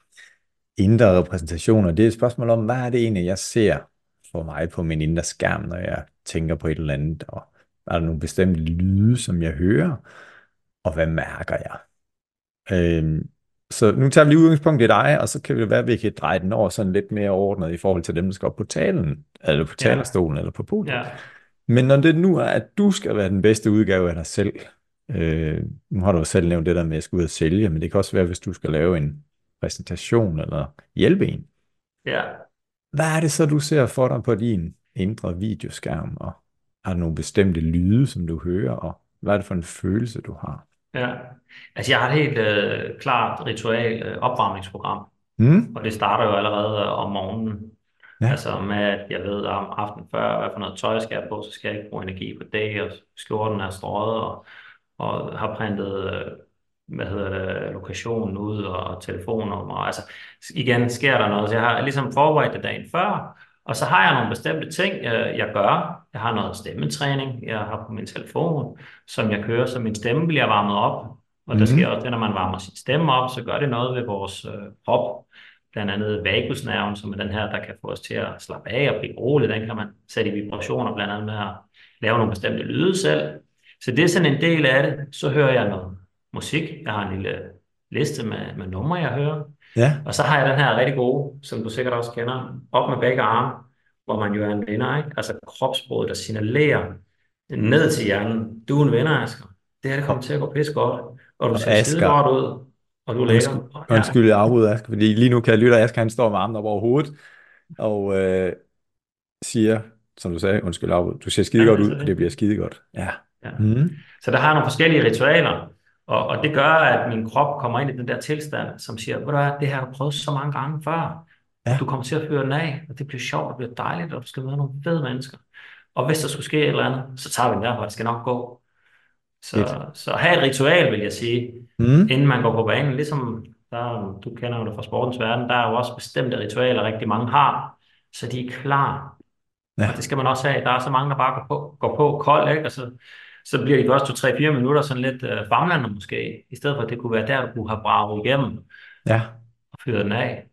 Indre repræsentationer, det er et spørgsmål om, hvad er det egentlig, jeg ser for mig på min indre skærm, når jeg tænker på et eller andet, og er der nogle bestemte lyde, som jeg hører, og hvad mærker jeg? Øhm, så nu tager vi lige udgangspunkt i dig, og så kan det være, at vi kan dreje den over sådan lidt mere ordnet i forhold til dem, der skal op på talen, eller på talerstolen, ja. Eller på podiet. Ja. Men når det nu er, at du skal være den bedste udgave af dig selv, øh, nu har du jo selv nævnt det der med at skulle ud og sælge, men det kan også være, hvis du skal lave en præsentation eller hjælpe en. Ja. Hvad er det så, du ser for dig på din indre videoskærm, og er der nogle bestemte lyde, som du hører, og hvad er det for en følelse, du har? Ja, altså jeg har et helt øh, klart ritual øh, opvarmningsprogram, mm. og det starter jo allerede øh, om morgenen. Ja. Altså med, at jeg ved om aftenen før, hvad for noget tøj skal jeg på, så skal jeg ikke bruge energi på det, og skjorten er strøget, og, og har printet, øh, hvad hedder det, lokationen ud, og telefonnummer. Altså igen sker der noget, så jeg har ligesom forberedt det dagen før, og så har jeg nogle bestemte ting, jeg, jeg gør. Jeg har noget stemmetræning, jeg har på min telefon, som jeg kører, så min stemme bliver varmet op. Og mm-hmm. der sker også det, når man varmer sin stemme op, så gør det noget ved vores øh, krop. Blandt andet vagusnerven, som er den her, der kan få os til at slappe af og blive rolig. Den kan man sætte i vibrationer, blandt andet med at lave nogle bestemte lyde selv. Så det er sådan en del af det. Så hører jeg noget musik. Jeg har en lille liste med, med numre, jeg hører. Ja. Og så har jeg den her rigtig gode, som du sikkert også kender, op med begge arme, hvor man jo er en vinder, ikke? Altså kropssproget, der signalerer ned til hjernen, du er en vinder, Asger. Det her det kommer til at gå pisse godt, og du ser skide godt ud, og du er lækker. Undskyld, undskyld jeg afbryder, Asger, fordi lige nu kan jeg lytte, at Asger han står med armen op over hovedet, og øh, siger, som du sagde, undskyld afbryder, du ser skide ja, godt ud, og det bliver skide godt. Ja. Ja. Mm. Så der har nogle forskellige ritualer, og, og det gør, at min krop kommer ind i den der tilstand, som siger, ved du hvad, det her har du prøvet så mange gange før, ja. Du kommer til at føre den af, og det bliver sjovt, det bliver dejligt, og du skal møde nogle fede mennesker. Og hvis der skulle ske et eller andet, så tager vi den der, hvor det skal nok gå. Så, så have et ritual, vil jeg sige, mm. inden man går på banen. Ligesom, der, du kender jo det fra sportens verden, der er jo også bestemte ritualer, rigtig mange har, så de er klar. Ja. Og det skal man også have. Der er så mange, der bare går på, går på kold, ikke? Og så, så bliver de første to, tre, fire minutter sådan lidt øh, famlende måske, i stedet for at det kunne være der, du kunne have braget igennem ja. Og fyret den af.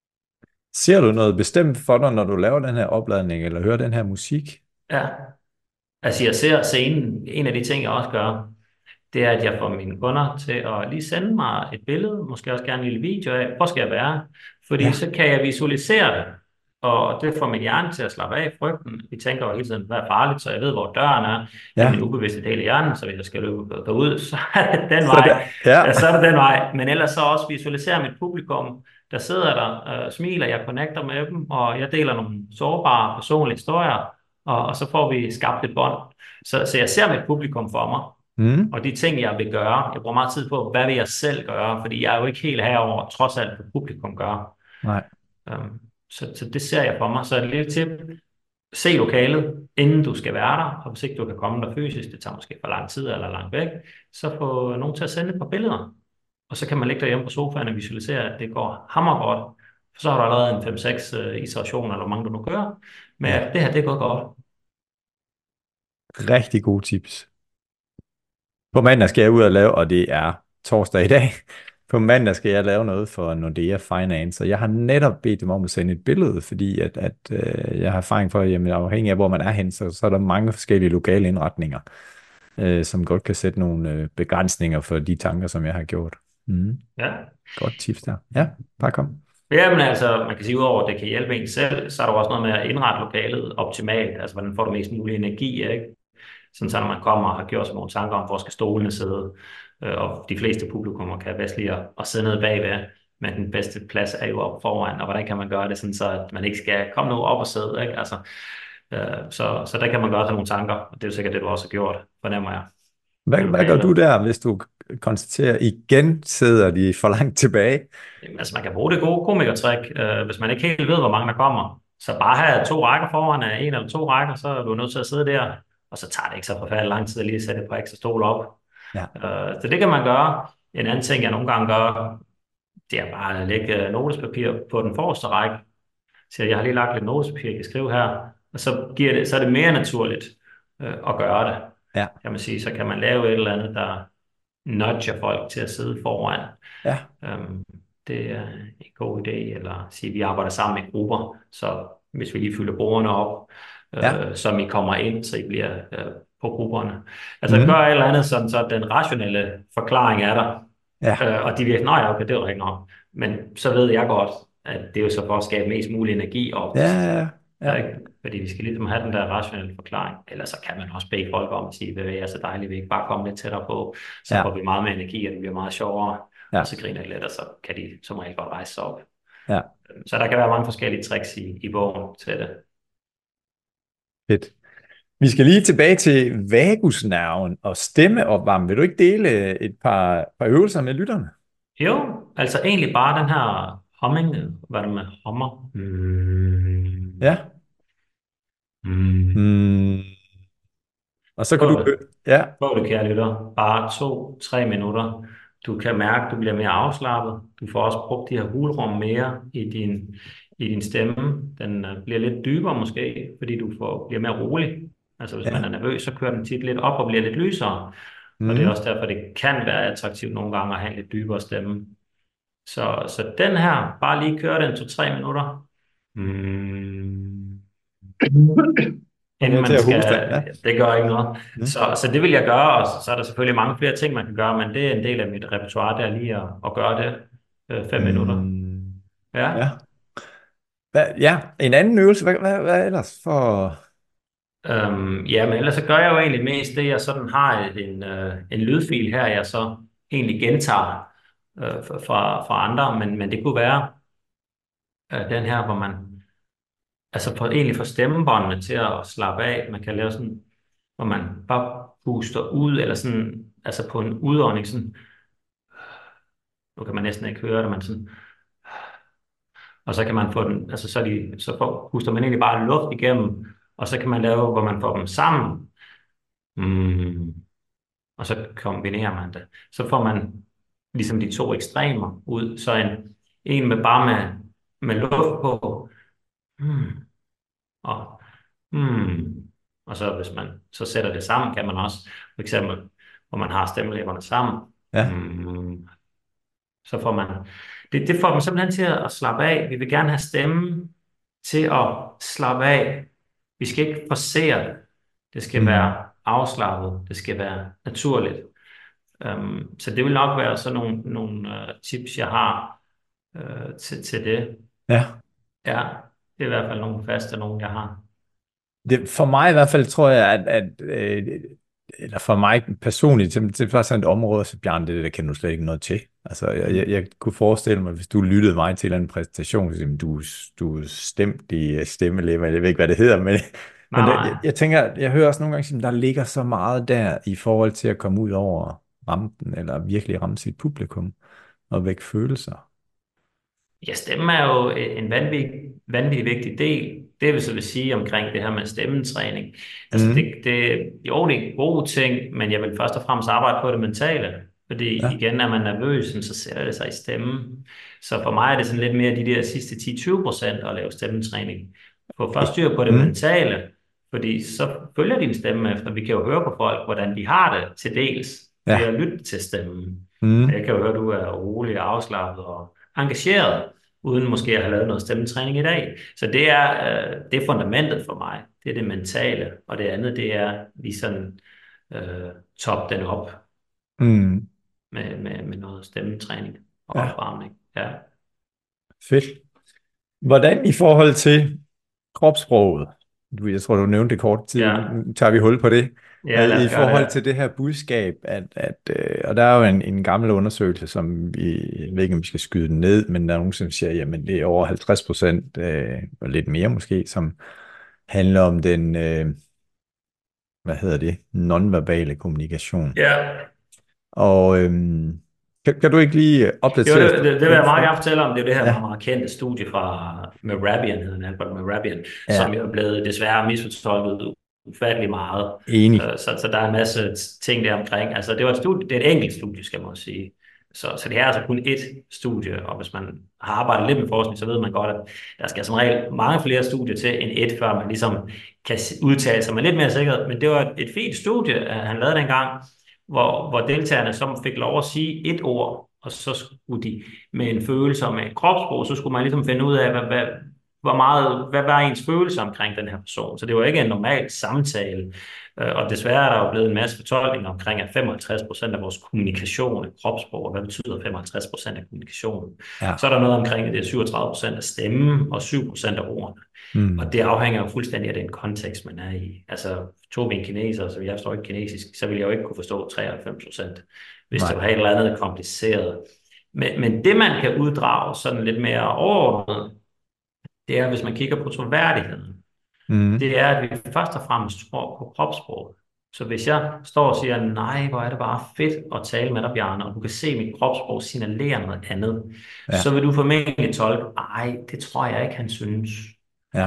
Ser du noget bestemt for dig, når du laver den her opladning, eller hører den her musik? Ja, altså jeg ser scenen. En af de ting, jeg også gør, det er, at jeg får mine kunder til at lige sende mig et billede, måske også gerne en lille video af, hvor skal jeg være? Fordi ja. Så kan jeg visualisere det, og det får min hjerne til at slappe af frygten. Vi tænker jo hele tiden, hvad er farligt, så jeg ved, hvor døren er. Ja. Det er min ubevidste del af hjernen, så hvis jeg skal løbe derud, så er det den vej. Så, ja. Ja, så er det den vej. Men ellers så også visualisere mit publikum, der sidder der, øh, smiler, jeg connecter med dem, og jeg deler nogle sårbare personlige historier, og, og så får vi skabt et bånd. Så, så jeg ser mit publikum for mig, mm. og de ting, jeg vil gøre, jeg bruger meget tid på, hvad vil jeg selv gøre, fordi jeg er jo ikke helt herover, trods alt, hvad publikum gør. Nej. Um, så, så det ser jeg for mig. Så et lille tip, se lokalet, inden du skal være der, og hvis ikke du kan komme der fysisk, det tager måske for lang tid eller langt væk, så få nogen til at sende et par billeder. Og så kan man ligge derhjemme på sofaen og visualisere, at det går hammergodt. Så har du allerede en fem seks uh, iterationer, eller hvor mange du nu kører, men ja. Det her, det er gået godt. Rigtig gode tips. På mandag skal jeg ud og lave, og det er torsdag i dag. På mandag skal jeg lave noget for Nordea Finance, og jeg har netop bedt dem om at sende et billede, fordi at, at øh, jeg har erfaring for, at afhængig af hvor man er hen, så, så er der mange forskellige lokale indretninger, øh, som godt kan sætte nogle øh, begrænsninger for de tanker, som jeg har gjort. Mm. Ja. Godt tips der. Ja, bare kom. Jamen altså, man kan sige, udover at det kan hjælpe en selv, så er der også noget med at indrette lokalet optimalt, altså hvordan får du mest mulig energi, ikke? Sådan så når man kommer og har gjort sig nogle tanker om, hvor skal stolene sidde, og de fleste publikummer kan bedst lide at, at sidde nede bagved, men den bedste plads er jo op foran, og hvordan kan man gøre det sådan, så at man ikke skal komme nu op og sidde, ikke? Altså, øh, så, så der kan man gøre sig nogle tanker, og det er jo sikkert det, du også har gjort, fornemmer jeg. Hvad, hvad gør du der, hvis du konstaterer, igen sidder de for langt tilbage? Jamen, altså man kan bruge det gode komikertrik, øh, hvis man ikke helt ved, hvor mange der kommer. Så bare have to rækker foran af en eller to rækker, så er du nødt til at sidde der og så tager det ikke så forfærdeligt lang tid at lige sætte et par ekstra stole op. Ja. Øh, så det kan man gøre. En anden ting, jeg nogle gange gør, det er bare at lægge notespapir på den forreste række. Så jeg har lige lagt lidt notespapir, jeg kan skrive her, og så, giver det, så er det mere naturligt øh, at gøre det. Ja. Kan man sige, så kan man lave et eller andet, der nudger folk til at sidde foran. Ja. Øhm, det er en god idé, eller sige, at vi arbejder sammen i grupper, så hvis vi lige fylder bordene op, øh, Ja. som I kommer ind, så I bliver øh, på grupperne. Altså Mm. gør et eller andet, sådan, så den rationelle forklaring er der, Ja. øh, og de virker, nej, okay, det er jo rigtigt nok. Men så ved jeg godt, at det er jo så for at skabe mest mulig energi op. Ja, ja, ja. Ikke? Fordi vi skal ligesom have den der rationelle forklaring. Ellers så kan man også bede folk om at sige, det er så dejligt, vi ikke bare komme lidt tættere på. Så Ja. får vi meget mere energi, og det bliver meget sjovere. Ja. Og så griner de lidt, og så kan de som regel godt rejse sig op. Ja. Så der kan være mange forskellige tricks i, i bogen til det. Fedt. Vi skal lige tilbage til vagusnerven og stemmeopvarmning. Vil du ikke dele et par, par øvelser med lytterne? Jo, altså egentlig bare den her humming, hvad er det med hummer? Mm. Ja. Mm. Mm. Og så kan Prøv du... det. Ja. Prøv det, kære lytter. Bare to, tre minutter. Du kan mærke, at du bliver mere afslappet. Du får også brugt de her hulrum mere i din, i din stemme. Den uh, bliver lidt dybere måske, fordi du får, bliver mere rolig. Altså hvis Ja. man er nervøs, så kører den tit lidt op og bliver lidt lysere. Mm. Og det er også derfor, det kan være attraktivt nogle gange at have en lidt dybere stemme. Så, så den her, bare lige køre den to-tre minutter. Mm. Inden man skal, ja. Det gør ikke noget. Mm. Så, så det vil jeg gøre, og så, så er der selvfølgelig mange flere ting, man kan gøre, men det er en del af mit repertoire, der lige at, at gøre det øh, fem mm. minutter. Ja. Ja. Hvad, ja, en anden øvelse, hvad, hvad, hvad ellers for... Øhm, ja, men ellers så gør jeg jo egentlig mest det, jeg sådan har en, øh, en lydfil her, jeg så egentlig gentager øh, fra, fra andre, men, men det kunne være øh, den her, hvor man altså for, egentlig får stemmebåndene til at slappe af. Man kan lave sådan, hvor man bare puster ud, eller sådan, altså på en udånding, sådan, nu kan man næsten ikke høre det, men sådan, og så kan man få den, altså så, de, så får, puster man egentlig bare luft igennem, og så kan man lave, hvor man får dem sammen, mm. og så kombinerer man det. Så får man ligesom de to ekstremer ud, så en, en med bare med, med luft på, mm. og mm. og så hvis man så sætter det sammen, kan man også, for eksempel, hvor man har stemmelæberne sammen, ja. mm. så får man, det, det får man simpelthen til at slappe af. Vi vil gerne have stemmen til at slappe af. Vi skal ikke forcere det. Det skal mm. være afslappet. Det skal være naturligt. Um, så det vil nok være sådan nogle, nogle uh, tips, jeg har uh, til, til det. Ja. Ja, det er i hvert fald nogle faste, nogle jeg har. Det, for mig i hvert fald tror jeg, at, at øh, eller for mig personligt, det er faktisk sådan et område, så Bjarne, det der kan du slet ikke noget til. Altså, jeg, jeg, jeg kunne forestille mig, hvis du lyttede mig til en eller anden præsentation, så du, du er stemt i stemmelæber, jeg ved ikke, hvad det hedder, men, men der, jeg, jeg tænker, jeg hører også nogle gange, at der ligger så meget der i forhold til at komme ud over rampen, eller virkelig ramme sit publikum, og vække følelser. Ja, stemme er jo en vanvittig, vanvittig vigtig del. Det vil så vil sige omkring det her med stemmetræning. Altså mm. det, det, jo, det er en god ting, men jeg vil først og fremmest arbejde på det mentale. Fordi ja. igen, er man nervøs, så sætter det sig i stemmen. Så for mig er det sådan lidt mere de der sidste ti til tyve procent at lave stemmetræning. Få først styr på det mm. mentale, fordi så følger din stemme efter. Vi kan jo høre på folk, hvordan de har det til dels. Ja. Ved at lytte til stemmen. Mm. Jeg kan jo høre, at du er rolig og afslappet og engageret, uden måske at have lavet noget stemmetræning i dag. Så det er, øh, det er fundamentet for mig. Det er det mentale, og det andet, det er lige sådan øh, top den op mm. med, med, med noget stemmetræning og ja. opvarmning. Ja. Fedt. Hvordan i forhold til kropssproget? Jeg tror, du nævnte det kort tid. Ja. Nu tager vi hul på det. Ja, i forhold det. til det her budskab, at, at, øh, og der er jo en, en gammel undersøgelse, som vi, jeg ved ikke, om vi skal skyde den ned, men der er nogen, som siger, jamen det er over halvtreds procent, øh, og lidt mere måske, som handler om den, øh, hvad hedder det, nonverbale kommunikation. Ja. Og øh, kan, kan du ikke lige opdatere? Jo, det, det, det vil jeg meget gerne fortælle om. Det er det her ja. meget kendte studie fra Mehrabian, hedder han, Albert Mehrabian, ja. som er blevet desværre misfortolket ufattelig meget. Enig. Øh, Så, så der er en masse ting der omkring. Altså, det var et studie, det er et enkelt studie, skal man sige. Så, så det er altså kun ét studie, og hvis man har arbejdet lidt med forskning, så ved man godt, at der skal som regel mange flere studier til end ét, før man ligesom kan udtale sig med lidt mere sikkerhed. Men det var et, et fint studie, han lavede dengang, hvor, hvor deltagerne så fik lov at sige et ord, og så skulle de med en følelse og med en kropssprog, så skulle man ligesom finde ud af, hvad, hvad, hvor meget, hvad var ens følelse omkring den her person. Så det var ikke en normal samtale. Øh, Og desværre er der jo blevet en masse fortolkninger omkring, at femoghalvtreds procent af vores kommunikation er kropssprog. Og hvad betyder femoghalvtreds procent af kommunikationen? Ja. Så er der noget omkring, at det er syvogtredive procent af stemmen og syv procent af ordene. Mm. Og det afhænger jo fuldstændig af den kontekst, man er i. Altså, tog vi en kineser, så jeg forstår ikke kinesisk, så ville jeg jo ikke kunne forstå treoghalvfems procent, hvis Nej. det var et eller andet kompliceret. Men, men det, man kan uddrage sådan lidt mere overordnet, det er, hvis man kigger på troværdigheden. Mm. Det er, at vi først og fremmest tror på kropssproget. Så hvis jeg står og siger, nej, hvor er det bare fedt at tale med dig, Bjarne, og du kan se mit kropssprog signalere noget andet, Ja. så vil du formentlig tolke, ej, det tror jeg ikke, han synes. Ja.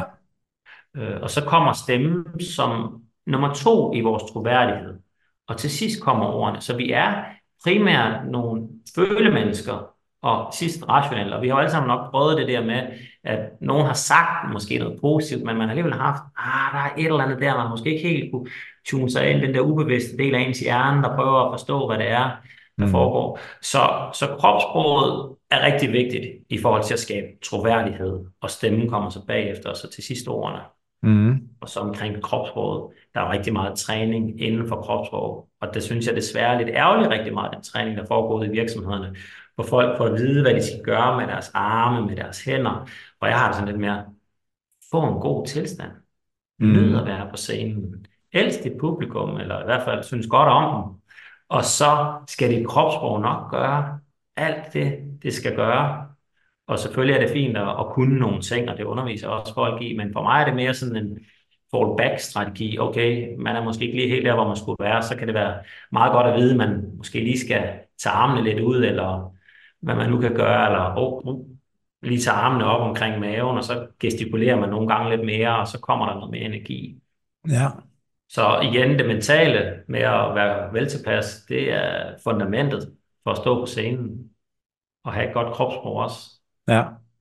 Øh, og så kommer stemmen som nummer to i vores troværdighed. Og til sidst kommer ordene. Så vi er primært nogle følemennesker, og sidst rationelle. Og vi har jo alle sammen nok prøvet det der med, at nogen har sagt måske noget positivt, men man har alligevel haft, ah, der er et eller andet der, man måske ikke helt kunne tune sig ind, den der ubevidste del af ens hjerne, der prøver at forstå, hvad det er, der Mm. foregår. Så, så kropssproget er rigtig vigtigt i forhold til at skabe troværdighed, og stemmen kommer så bagefter, og så til sidst ordene. Mm. Og så omkring kropssproget, der er rigtig meget træning inden for kropssproget, og det synes jeg desværre er lidt ærgerligt rigtig meget, den træning, der foregår i virksomhederne, hvor folk får at vide, hvad de skal gøre med deres arme, med deres hænder, og jeg har det sådan lidt mere, få en god tilstand, nyd Mm. at være på scenen, elsk dit publikum, eller i hvert fald synes godt om dem, og så skal dit kropssprog nok gøre alt det, det skal gøre. Og selvfølgelig er det fint at, at kunne nogle ting, og det underviser også folk i, men for mig er det mere sådan en fallback-strategi. Okay, man er måske ikke lige helt der, hvor man skulle være, så kan det være meget godt at vide, at man måske lige skal tage armene lidt ud, eller hvad man nu kan gøre, eller oh, oh, lige tage armene op omkring maven, og så gestikulerer man nogle gange lidt mere, og så kommer der noget mere energi. Ja. Så igen, det mentale med at være veltilpas, det er fundamentet for at stå på scenen, og have et godt kropssprog også. Ja.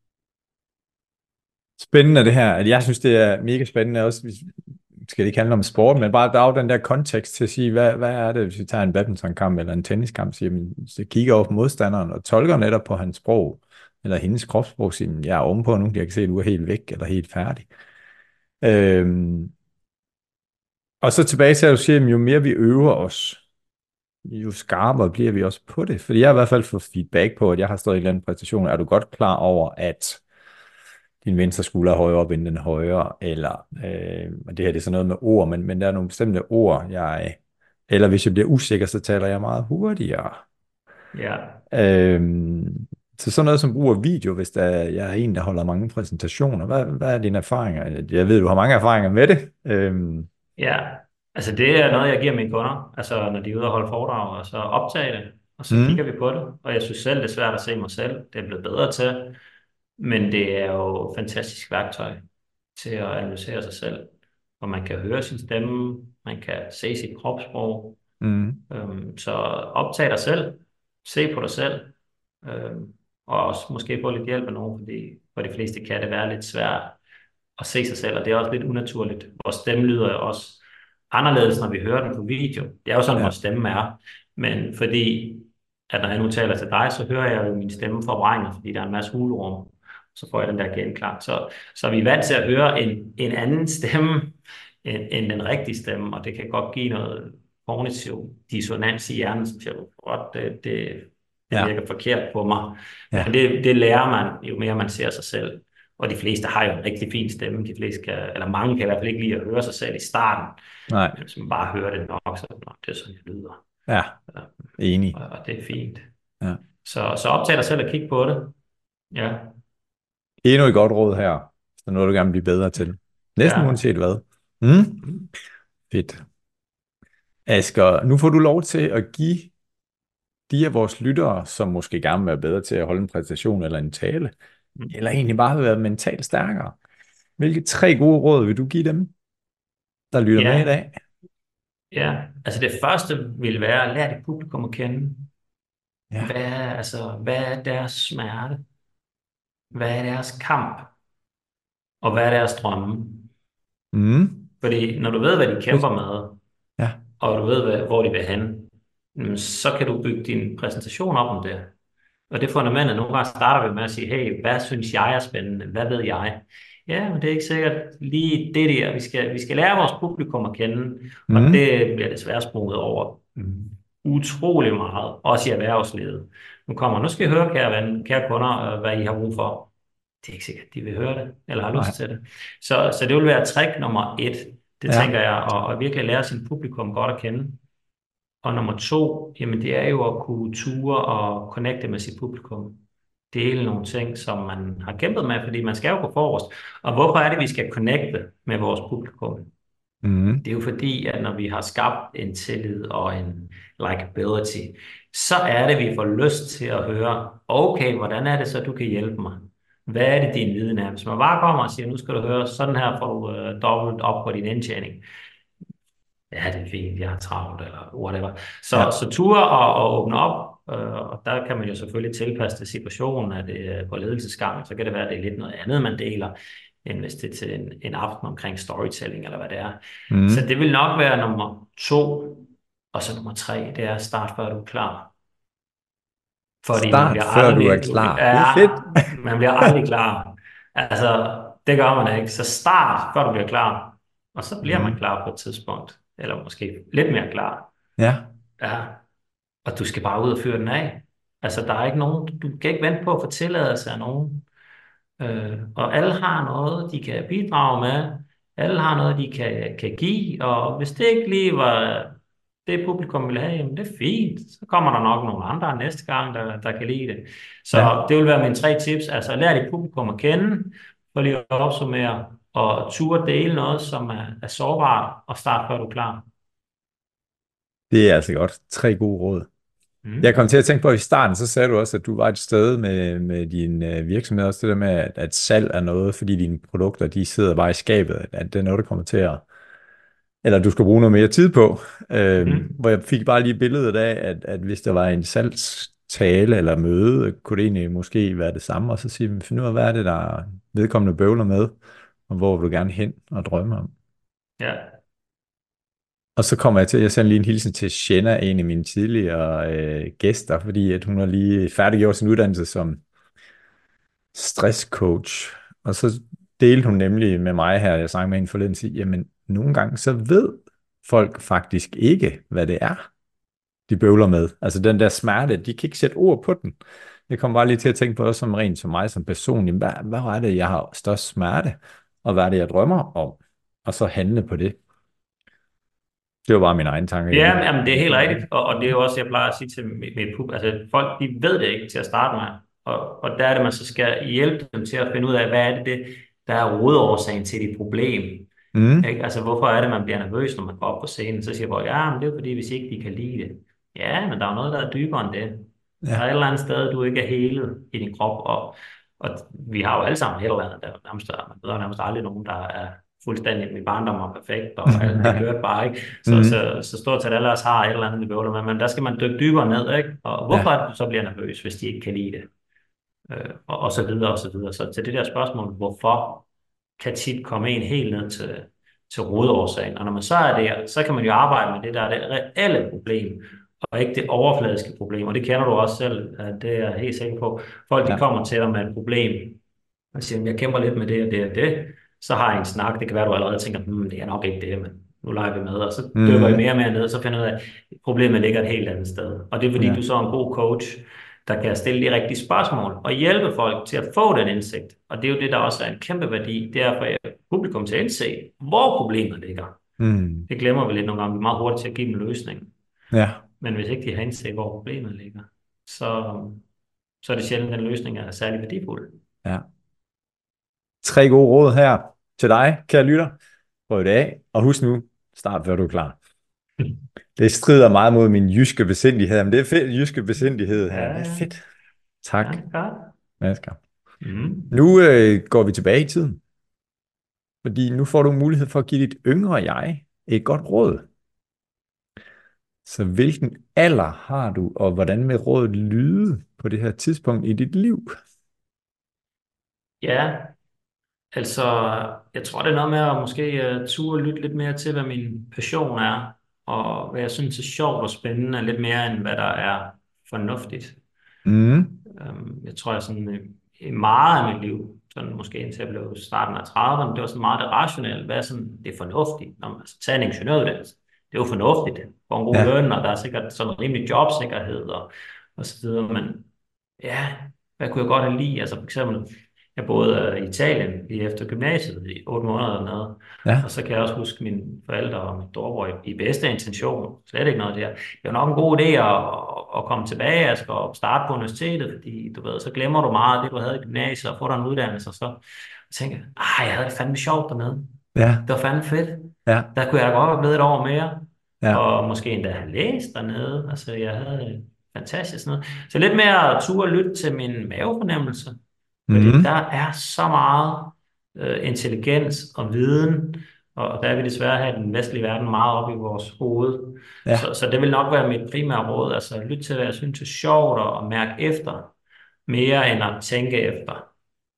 Spændende det her. Jeg synes, det er mega spændende også. Vi skal det ikke handle om sport, men bare der er jo den der kontekst til at sige, hvad, hvad er det, hvis vi tager en badmintonkamp eller en tenniskamp, siger, men, så kigger over på modstanderen og tolker netop på hans sprog, eller hendes kropssprog, siger, jeg er ovenpå nu, jeg kan se, at du er helt væk, eller helt færdig. Øhm, og så tilbage til, at du siger, at jo mere vi øver os, jo skarpere bliver vi også på det. Fordi jeg har i hvert fald fået feedback på, at jeg har stået i en eller anden præstation. Er du godt klar over, at din venstre skulder er højere op end den højre? Eller, øh, og det her det er sådan noget med ord, men, men der er nogle bestemte ord, jeg... Eller hvis jeg bliver usikker, så taler jeg meget hurtigere. Ja. Øhm, så sådan noget som brug af video, hvis der, jeg er en, der holder mange præsentationer. Hvad, hvad er dine erfaringer? Jeg ved, du har mange erfaringer med det. Øhm, Ja, altså det er noget, jeg giver mine kunder, altså når de er ude og holde foredrag, og så optage det, og så Mm. kigger vi på det, og jeg synes selv, det er svært at se mig selv, det er blevet bedre til, men det er jo et fantastisk værktøj til at analysere sig selv, hvor man kan høre sin stemme, man kan se sit kropssprog, mm, øhm, så optag dig selv, se på dig selv, øhm, og også måske få lidt hjælp af nogen, fordi for de fleste kan det være lidt svært at se sig selv, og det er også lidt unaturligt. Vores stemme lyder jo også anderledes, når vi hører den på video. Det er jo sådan, Ja. vores stemme er. Men fordi, at når jeg nu taler til dig, så hører jeg jo min stemme forvrænget, fordi der er en masse hulrum. Så får jeg den der genklang. Så, så vi er vant til at høre en, en anden stemme end, end den rigtige stemme, og det kan godt give noget kognitiv dissonans i hjernen, som siger, at det, det, det Ja. virker forkert på mig. Ja. Men det, det lærer man, jo mere man ser sig selv. Og de fleste har jo en rigtig fin stemme. De fleste kan, eller mange kan i hvert fald ikke lide at høre sig selv i starten. Nej. Men hvis man bare hører det nok, så "Nå, det er sådan, jeg lyder." Ja, enig. Og, og det er fint. Ja. Så, så optag dig selv og kig på det. Ja, Endnu et godt råd her, hvis der er noget, du gerne vil blive bedre til. Næsten Ja. uanset hvad. Mm? Fedt. Asger, nu får du lov til at give de af vores lyttere, som måske gerne vil være bedre til at holde en præsentation eller en tale, Mm. eller egentlig bare vil være mentalt stærkere. Hvilke tre gode råd vil du give dem? der lytter med i Ja, dag? ja. Altså det første vil være, at lære dit publikum at kende. Ja. Hvad er, altså, hvad er deres smerte? Hvad er deres kamp? Og hvad er deres drømme? Mm. Fordi når du ved, hvad de Fedt. kæmper med, Ja. og du ved, hvad, hvor de vil hen, mm, så kan du bygge din præsentation op om det. Og det fundamentet, nogle gange starter vi med at sige, hey, hvad synes jeg er spændende? Hvad ved jeg? Ja, men det er ikke sikkert lige det der. Vi skal, vi skal lære vores publikum at kende, og Mm. det bliver desværre sproget over utrolig meget, også i erhvervslivet. Nu kommer, nu skal I høre, kære ven, kære kunder, øh, hvad I har brug for. Det er ikke sikkert, de vil høre det, eller har lyst Nej. til det. Så, så det vil være trick nummer et. Det Ja. tænker jeg, at, at virkelig lære sin publikum godt at kende. Og nummer to, jamen det er jo at kunne ture og connecte med sit publikum. Dele nogle ting, som man har kæmpet med, fordi man skal jo gå forrest. Og hvorfor er det, vi skal connecte med vores publikum? Mm. Det er jo fordi, at når vi har skabt en tillid og en likability, så er det, vi får lyst til at høre, okay, hvordan er det så, du kan hjælpe mig? Hvad er det, din viden er? Hvis man bare kommer og siger, nu skal du høre, sådan her får du øh, dobbelt op på din indtjening. Ja, det er fint, jeg har travlt, eller whatever. Så, Ja. så ture og, og åbne op, øh, og der kan man jo selvfølgelig tilpasse til situationen, at det er på ledelsesgang, så kan det være, at det er lidt noget andet, man deler, end hvis det er til en, en aften omkring storytelling, eller hvad det er. Mm. Så det vil nok være nummer to, og så nummer tre, det er at starte, før du er klar. Fordi man Start, bliver før du er aldrig, du, klar. Det er ja, fedt. man bliver aldrig klar. Altså, det gør man ikke. Så start, før du bliver klar. Og så bliver man Mm. klar på et tidspunkt. Eller måske lidt mere klar. Ja. Ja. Og du skal bare ud og fyre den af. Altså, der er ikke nogen, du kan ikke vente på at få tilladelse af nogen. Øh, og alle har noget, de kan bidrage med. Alle har noget, de kan, kan give. Og hvis det ikke lige var det, publikum vil have, jamen det er fint. Så kommer der nok nogle andre næste gang, der, der kan lide det. Så Ja. det vil være mine tre tips. Altså, lær dit publikum at kende. For lige at opsummere. Og turde dele noget, som er, er sårbart. Og start, før du er klar. Det er altså godt. Tre gode råd. Jeg Mm. kom til at tænke på, at i starten, så sagde du også, at du var et sted med, med din øh, virksomhed, også det der med, at, at salg er noget, fordi dine produkter, de sidder bare i skabet, at, at det er noget, der kommer til at, eller du skal bruge noget mere tid på. Øhm, Mm. hvor jeg fik bare lige billedet af, at, at hvis der var en salgstale eller møde, kunne det egentlig måske være det samme, og så sige, find ud af, hvad er det, der er vedkommende bøvler med, og hvor vil du gerne hen og drømme om. Ja. Og så kommer jeg til, jeg sender lige en hilsen til Shenna, en af mine tidligere øh, gæster, fordi at hun har lige færdiggjort sin uddannelse som stresscoach. Og så delte hun nemlig med mig her, jeg sang med hende forleden, sige, jamen nogle gange så ved folk faktisk ikke, hvad det er, de bøvler med. Altså den der smerte, de kan ikke sætte ord på den. Jeg kom bare lige til at tænke på det som rent som mig som person. Hvad, hvad er det, jeg har størst smerte? Og hvad er det, jeg drømmer om? Og så handle på det. Det var bare min egen tanke. Ja, jamen, det er helt rigtigt, og, og det er jo også, jeg plejer at sige til mit, mit pub, altså folk, de ved det ikke til at starte med, og, og der er det, man så skal hjælpe dem til at finde ud af, hvad er det, det der er hovedårsagen til dit problem. Mm. Ikke? Altså, hvorfor er det, man bliver nervøs, når man går op på scenen? Så siger folk, ja, men det er fordi, hvis ikke de kan lide det. Ja, men der er noget, der er dybere end det. Ja. Der er et eller andet sted, du ikke er helet i din krop, og, og vi har jo alle sammen et eller andet, der er nærmest, man møder nærmest aldrig nogen, der er fuldstændig, min barndom var perfekt, og alt det kørte bare, ikke? Så, Mm. så, så stort set alle os har et eller andet, vi bøvler med, men der skal man dykke dybere ned, ikke? Og hvorfor Ja. er det, du så bliver nervøs, hvis de ikke kan lide det? Øh, og, og så videre, og så videre. Så til det der spørgsmål, hvorfor, kan tit komme en helt ned til, til rodårsagen. Og når man så er der, så kan man jo arbejde med det, der er det reelle problem, og ikke det overfladiske problem. Og det kender du også selv, det er jeg helt sikker på. Folk, de Ja. kommer til dig med et problem, og siger, jeg kæmper lidt med det og det og det. Så har I en snak, det kan være, du allerede tænker, hm, det er nok ikke det, men nu leger vi med. Og så Mm. dykker I mere og mere ned, og så finder du ud af, at problemet ligger et helt andet sted. Og det er fordi, Ja. du så er en god coach, der kan stille de rigtige spørgsmål og hjælpe folk til at få den indsigt. Og det er jo det, der også er en kæmpe værdi. Det er at få publikum til at indse, hvor problemet ligger. Mm. Det glemmer vi lidt nogle gange. Vi er meget hurtigt til at give dem løsning. Ja. Men hvis ikke de har indset, hvor problemet ligger, så, så er det sjældent, at den løsning er særlig værdifuld. Ja. Tre gode råd her til dig, kære lytter. Prøv det af, og husk nu, start før du er klar. Det strider meget mod min jyske besindighed, men det er fedt, jyske besindighed her. Det er fedt. Tak, Ja, godt. Asger. Mm. Nu øh, går vi tilbage i tiden. fordi nu får du mulighed for at give dit yngre jeg et godt råd. Så hvilken alder har du, og hvordan vil rådet lyde på det her tidspunkt i dit liv? Ja, altså, jeg tror, det er noget med at måske uh, ture lytte lidt mere til, hvad min passion er, og hvad jeg synes er sjovt og spændende, lidt mere end hvad der er fornuftigt. Mm. Um, jeg tror, jeg sådan øh, i meget af mit liv, sådan måske indtil jeg blev starten af trediverne, det var sådan meget det rationelle, hvad er sådan det er fornuftigt, når man altså, tager en ingeniøruddannelse. Det er jo fornuftigt, for en god Ja, løn, og der er sikkert sådan en rimelig jobsikkerhed og, og så videre, men ja, hvad kunne jeg godt have lide? Altså for eksempel, jeg boede øh, i Italien lige efter gymnasiet i otte måneder eller noget. Og ja, så kan jeg også huske mine forældre og min storebror i, i bedste intention. Slet ikke noget der. Det var nok en god idé at, at komme tilbage altså, og starte på universitetet, fordi du ved, så glemmer du meget af det, du havde i gymnasiet, og får dig en uddannelse. Og så tænker jeg, ah, jeg havde det fandme sjovt dernede. ja, Det var fandme fedt. ja, Der kunne jeg da godt have blevet et år mere. ja. Og måske endda have læst dernede. Altså, jeg havde det fantastisk sådan noget. Så lidt mere tur og lytte til min mavefornemmelse. Fordi der Mm. er så meget øh, intelligens og viden, og der er vi desværre her i den vestlige verden meget oppe i vores hoved. Så, Ja, så det vil nok være mit primære råd, altså lytte til, hvad jeg synes er sjovt, og, og mærke efter, mere end at tænke efter.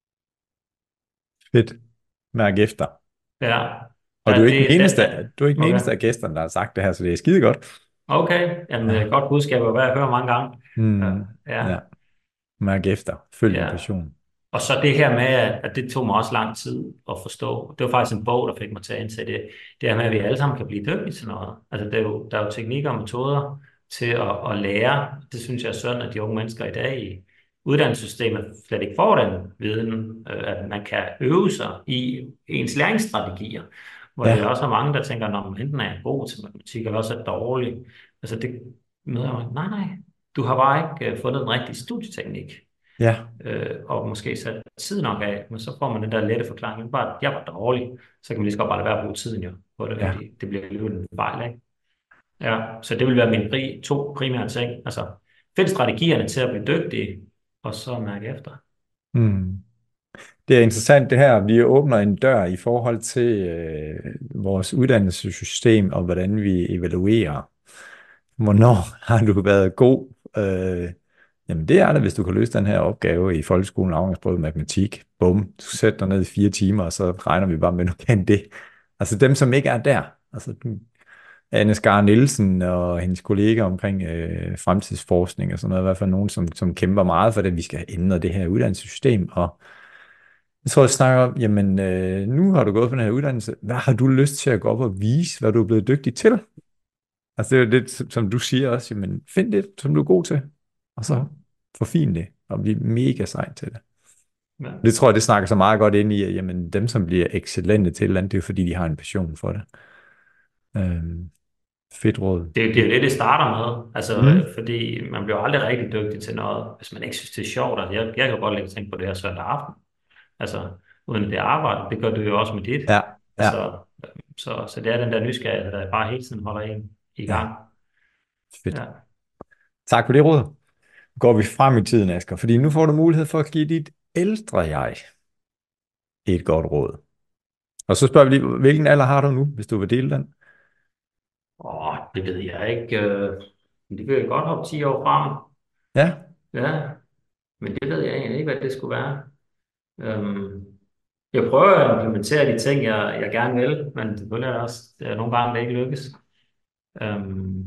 fedt. Mærk efter. Ja, Og du ja er ikke den det, det, eneste, det, du er ikke den okay. eneste af gæsterne, der har sagt det her, så det er skide godt. Okay, jamen Ja. øh, godt budskab at være at høre mange gange. Ja, Mm. ja, Ja. Mærk efter. Følg din ja. passion. Og så det her med, at at det tog mig også lang tid at forstå. Det var faktisk en bog, der fik mig til at indse det. Det her med, at vi alle sammen kan blive dygtige til noget. Altså, det er jo, der er jo teknikker og metoder til at, at lære. Det synes jeg er synd, at de unge mennesker i dag i uddannelsessystemet slet ikke får den viden, øh, at man kan øve sig i ens læringsstrategier. Hvor det er Ja, også er mange, der tænker, at enten er jeg god til matematik, eller også er dårlig. Altså, det møder jeg mig. Nej, nej. Du har bare ikke øh, fundet den rigtige studieteknik ja, øh, og måske sat tid nok af, men så får man den der lette forklaring. Bare, at jeg var dårlig, så kan man lige så godt bare lade være at bruge tiden jo på det, ja. fordi det bliver alligevel en fejl, ikke? Ja, så det vil være mine pri, to primære ting. Altså, find strategierne til at blive dygtig, og så mærke efter. Mm. Det er interessant det her. Vi åbner en dør i forhold til øh, vores uddannelsessystem og hvordan vi evaluerer. Hvornår har du været god? Øh, jamen det er det, hvis du kan løse den her opgave i folkeskolen, afgangsprøve i matematik. Bum, du sætter dig ned i fire timer, og så regner vi bare med, at du kan det. Altså dem, som ikke er der. Altså Anne Skar Nielsen og hendes kolleger omkring øh, fremtidsforskning og sådan noget, i hvert fald nogen, som, som kæmper meget for det, vi skal ændre det her uddannelsessystem. Og jeg tror, jeg snakker om, jamen øh, nu har du gået på den her uddannelse, hvad har du lyst til at gå op og vise, hvad du er blevet dygtig til? Altså det er jo det, som som du siger også, jamen find det, som du er god til, og så forfin det, og blive mega sej til det. Ja. Det tror jeg, det snakker så meget godt ind i, at jamen, dem, som bliver excellente til et eller andet, det er jo fordi, de har en passion for det. Øhm, fedt råd. Det, det er jo det, det starter med. Altså, Mm. fordi man bliver aldrig rigtig dygtig til noget, hvis man ikke synes, det er sjovt. Altså, jeg, jeg kan jo godt lide at tænke på det her søndag aften. Altså, uden at det arbejde, det gør du jo også med dit. Ja, ja, Altså, så, så det er den der nysgerrighed, der bare hele tiden holder en i ja, gang. fedt. Ja. Tak for det råd. Nu går vi frem i tiden, Asger, fordi nu får du mulighed for at give dit ældre jeg et godt råd. Og så spørger vi lige, hvilken alder har du nu, hvis du vil dele den? Åh, det ved jeg ikke. øh, Men det vil jeg godt hoppe ti år frem. Ja, Ja, men det ved jeg egentlig ikke, hvad det skulle være. Øhm, jeg prøver at implementere de ting, jeg, jeg gerne vil, men selvfølgelig er det også det er nogle gange, det ikke lykkes. Øhm,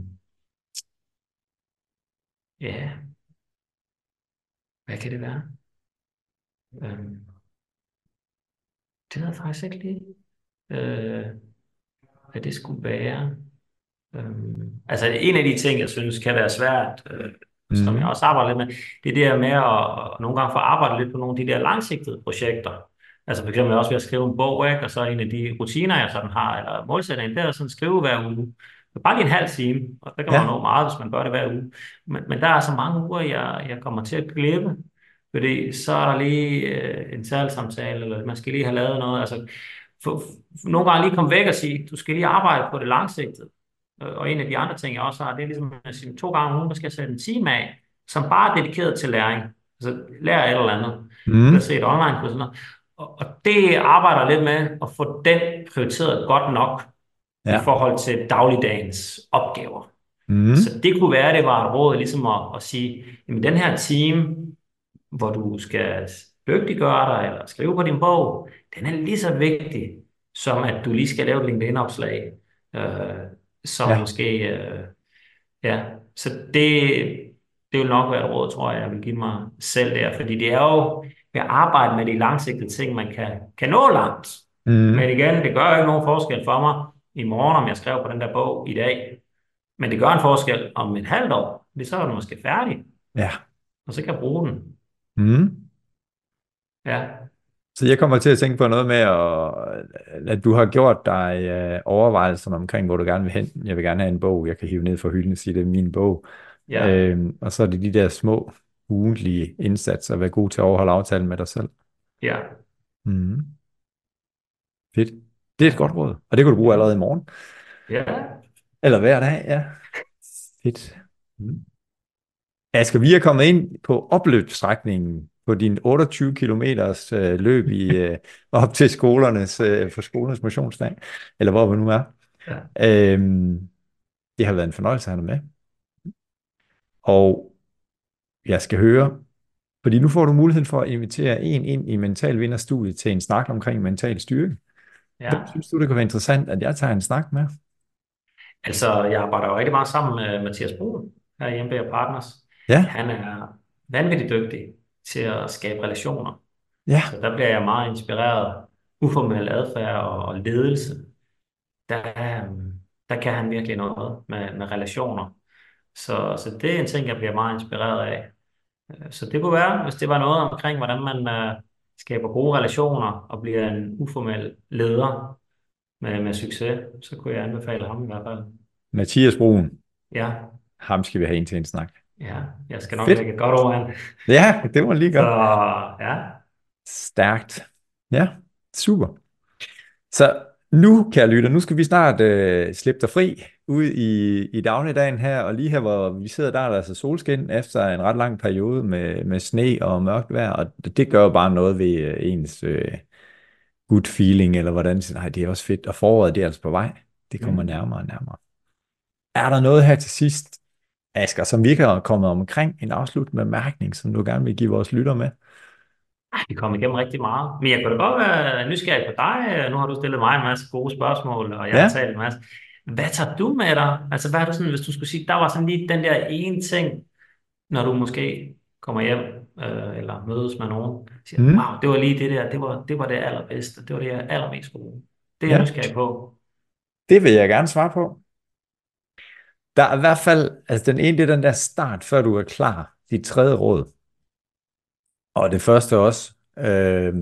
ja, hvad kan det være? Øhm, det ved jeg faktisk ikke lige, øh, hvad det skulle være. Øhm, altså en af de ting, jeg synes kan være svært, øh, som jeg mm. også arbejder lidt med, det er det her med at, at nogle gange få arbejdet lidt på nogle af de der langsigtede projekter. Altså for eksempel også ved at skrive en bog, ikke? Og så en af de rutiner, jeg sådan har, eller målsætningen, det er at sådan skrive hver uge. Bare lige en halv time, og der kan man Ja, nå meget, hvis man gør det hver uge. Men, men der er så mange uger, jeg, jeg kommer til at glemme, fordi så er der lige øh, en salgssamtale, eller man skal lige have lavet noget. Altså, for, for, nogle gange lige komme væk og sige, du skal lige arbejde på det langsigtede. Øh, Og en af de andre ting, jeg også har, det er ligesom at sige, to gange om ugen, der skal jeg sætte en time af, som bare er dedikeret til læring. Altså lære et eller andet, eller mm. se et online kurs, og, og det arbejder lidt med at få den prioriteret godt nok i Ja. forhold til dagligdagens opgaver. Så Mm. det kunne være, det var et råd ligesom at, at sige, jamen den her time, hvor du skal dygtiggøre dig eller skrive på din bog, den er lige så vigtig, som at du lige skal lave et LinkedIn-opslag, øh, som Ja. måske, øh, ja, så det, det vil nok være et råd, tror jeg, jeg vil give mig selv der, fordi det er jo ved at arbejde med de langsigtede ting, man kan, kan nå langt. Men Mm. igen, det gør jo ikke nogen forskel for mig i morgen, om jeg skrev på den der bog i dag. Men det gør en forskel om et halvt år, fordi så er du måske færdig, Ja. og så kan jeg bruge den. Mm. Ja, Så jeg kommer til at tænke på noget med, at, at du har gjort dig øh, overvejelser omkring, hvor du gerne vil hen. Jeg vil gerne have en bog, jeg kan hive ned fra hylden og sige, det er min bog. ja, Øhm, og så er det de der små, ugentlige indsatser, at være god til at overholde aftalen med dig selv. ja, Mm. Fedt. Det er et godt ja, råd, og det kan du bruge ja, allerede i morgen. ja, Eller hver dag, ja. Fedt. Mm. Asger, vi er kommet ind på opløbsstrækningen på din otteogtyve kilometers øh, løb i, øh, op til skolernes, øh, for skolernes motionsdag, eller hvor vi nu er. ja. Øhm, det har været en fornøjelse at have dig med. Og jeg skal høre, fordi nu får du muligheden for at invitere en ind i Mental Vinderstudiet til en snak omkring mental styring. Hvem Ja. synes du, det kunne være interessant, at jeg tager en snak med? Altså, jeg arbejder jo rigtig meget sammen med Mathias Brun her i M B A Partners. Ja, Han er vanvittigt dygtig til at skabe relationer. ja, Så der bliver jeg meget inspireret. Uformel adfærd og, og ledelse. Der, øhm, der kan han virkelig noget med, med relationer. Så, så det er en ting, jeg bliver meget inspireret af. Så det kunne være, hvis det var noget omkring, hvordan man øh, skaber gode relationer og bliver en uformel leder med, med succes, så kunne jeg anbefale ham i hvert fald. Mathias Brun, Ja, ham skal vi have ind til en snak. ja, jeg skal nok Fedt. lægge et godt ord an. Ja, det må lige Så gøre. ja, Stærkt. Ja, super. Så nu, kære lytter, nu skal vi snart øh, slippe dig fri ud i, i dagligdagen her, og lige her, hvor vi sidder, der er der altså solskin efter en ret lang periode med, med sne og mørkt vejr, og det, det gør jo bare noget ved øh, ens øh, good feeling, eller hvordan, nej, det er også fedt, og foråret, det er altså på vej, det kommer mm. nærmere og nærmere. Er der noget her til sidst, Asger, som vi ikke har kommet omkring, en afsluttende bemærkning, som du gerne vil give vores lytter med? Vi kom igennem rigtig meget. Men jeg kunne da godt være nysgerrig på dig. Nu har du stillet mig en masse gode spørgsmål, og jeg har Ja, talt en masse. Hvad tager du med dig? Altså, hvad er du sådan, hvis du skulle sige, der var sådan lige den der ene ting, når du måske kommer hjem, øh, eller mødes med nogen, siger, mm, wow, det var lige det der, det var det, var det allerbedste, det var det, jeg allermest gode. Det er jeg ja, nysgerrig på. det vil jeg gerne svare på. Der er i hvert fald, altså den ene, det er den der start, før du er klar, dit tredje råd. Og det første også, øh,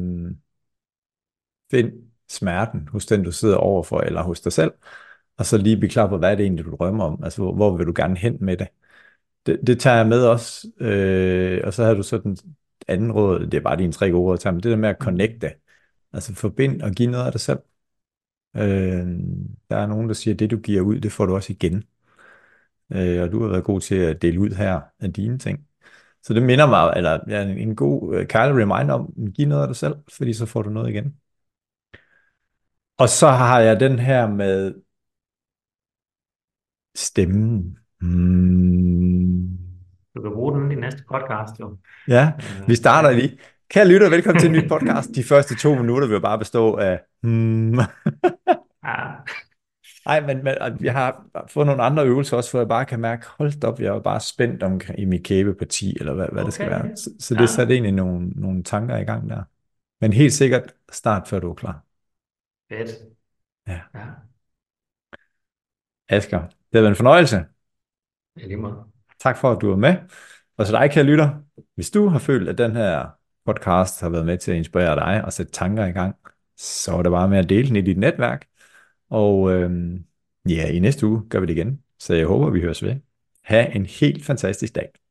find smerten hos den, du sidder overfor, eller hos dig selv, og så lige blive klar på, hvad er det egentlig, du drømmer om, altså hvor, hvor vil du gerne hen med det. Det, det tager jeg med også, øh, og så har du så den anden råd, det er bare dine tre gode råd, tager med, det der med at connecte, altså forbind og give noget af dig selv. Øh, der er nogen, der siger, at det du giver ud, det får du også igen. Øh, og du har været god til at dele ud her af dine ting. Så det minder mig, eller ja, en, en god uh, kærlig reminder om, at give noget af dig selv, fordi så får du noget igen. Og så har jeg den her med stemmen. Hmm. Du kan bruge den i næste podcast, jo. Ja, Øh, vi starter ja. lige. Kære lytter, velkommen til en ny podcast. De første to minutter vil jo bare bestå af hmm. Ja, Ej, men, men jeg har fået nogle andre øvelser også, hvor jeg bare kan mærke, hold op, jeg er jo bare spændt om i mit kæbeparti, eller hvad, hvad det skal være. okay. Så, så det Ja, satte egentlig nogle, nogle tanker i gang der. Men helt sikkert, start før du er klar. fedt. Ja. Ja, Asger, det har været en fornøjelse. i lige måde. Tak for, at du var med. Og så dig, kære lytter, hvis du har følt, at den her podcast har været med til at inspirere dig og sætte tanker i gang, så er det bare med at dele den i dit netværk. Og øhm, ja, i næste uge gør vi det igen. Så jeg håber, vi høres ved. Ha' en helt fantastisk dag.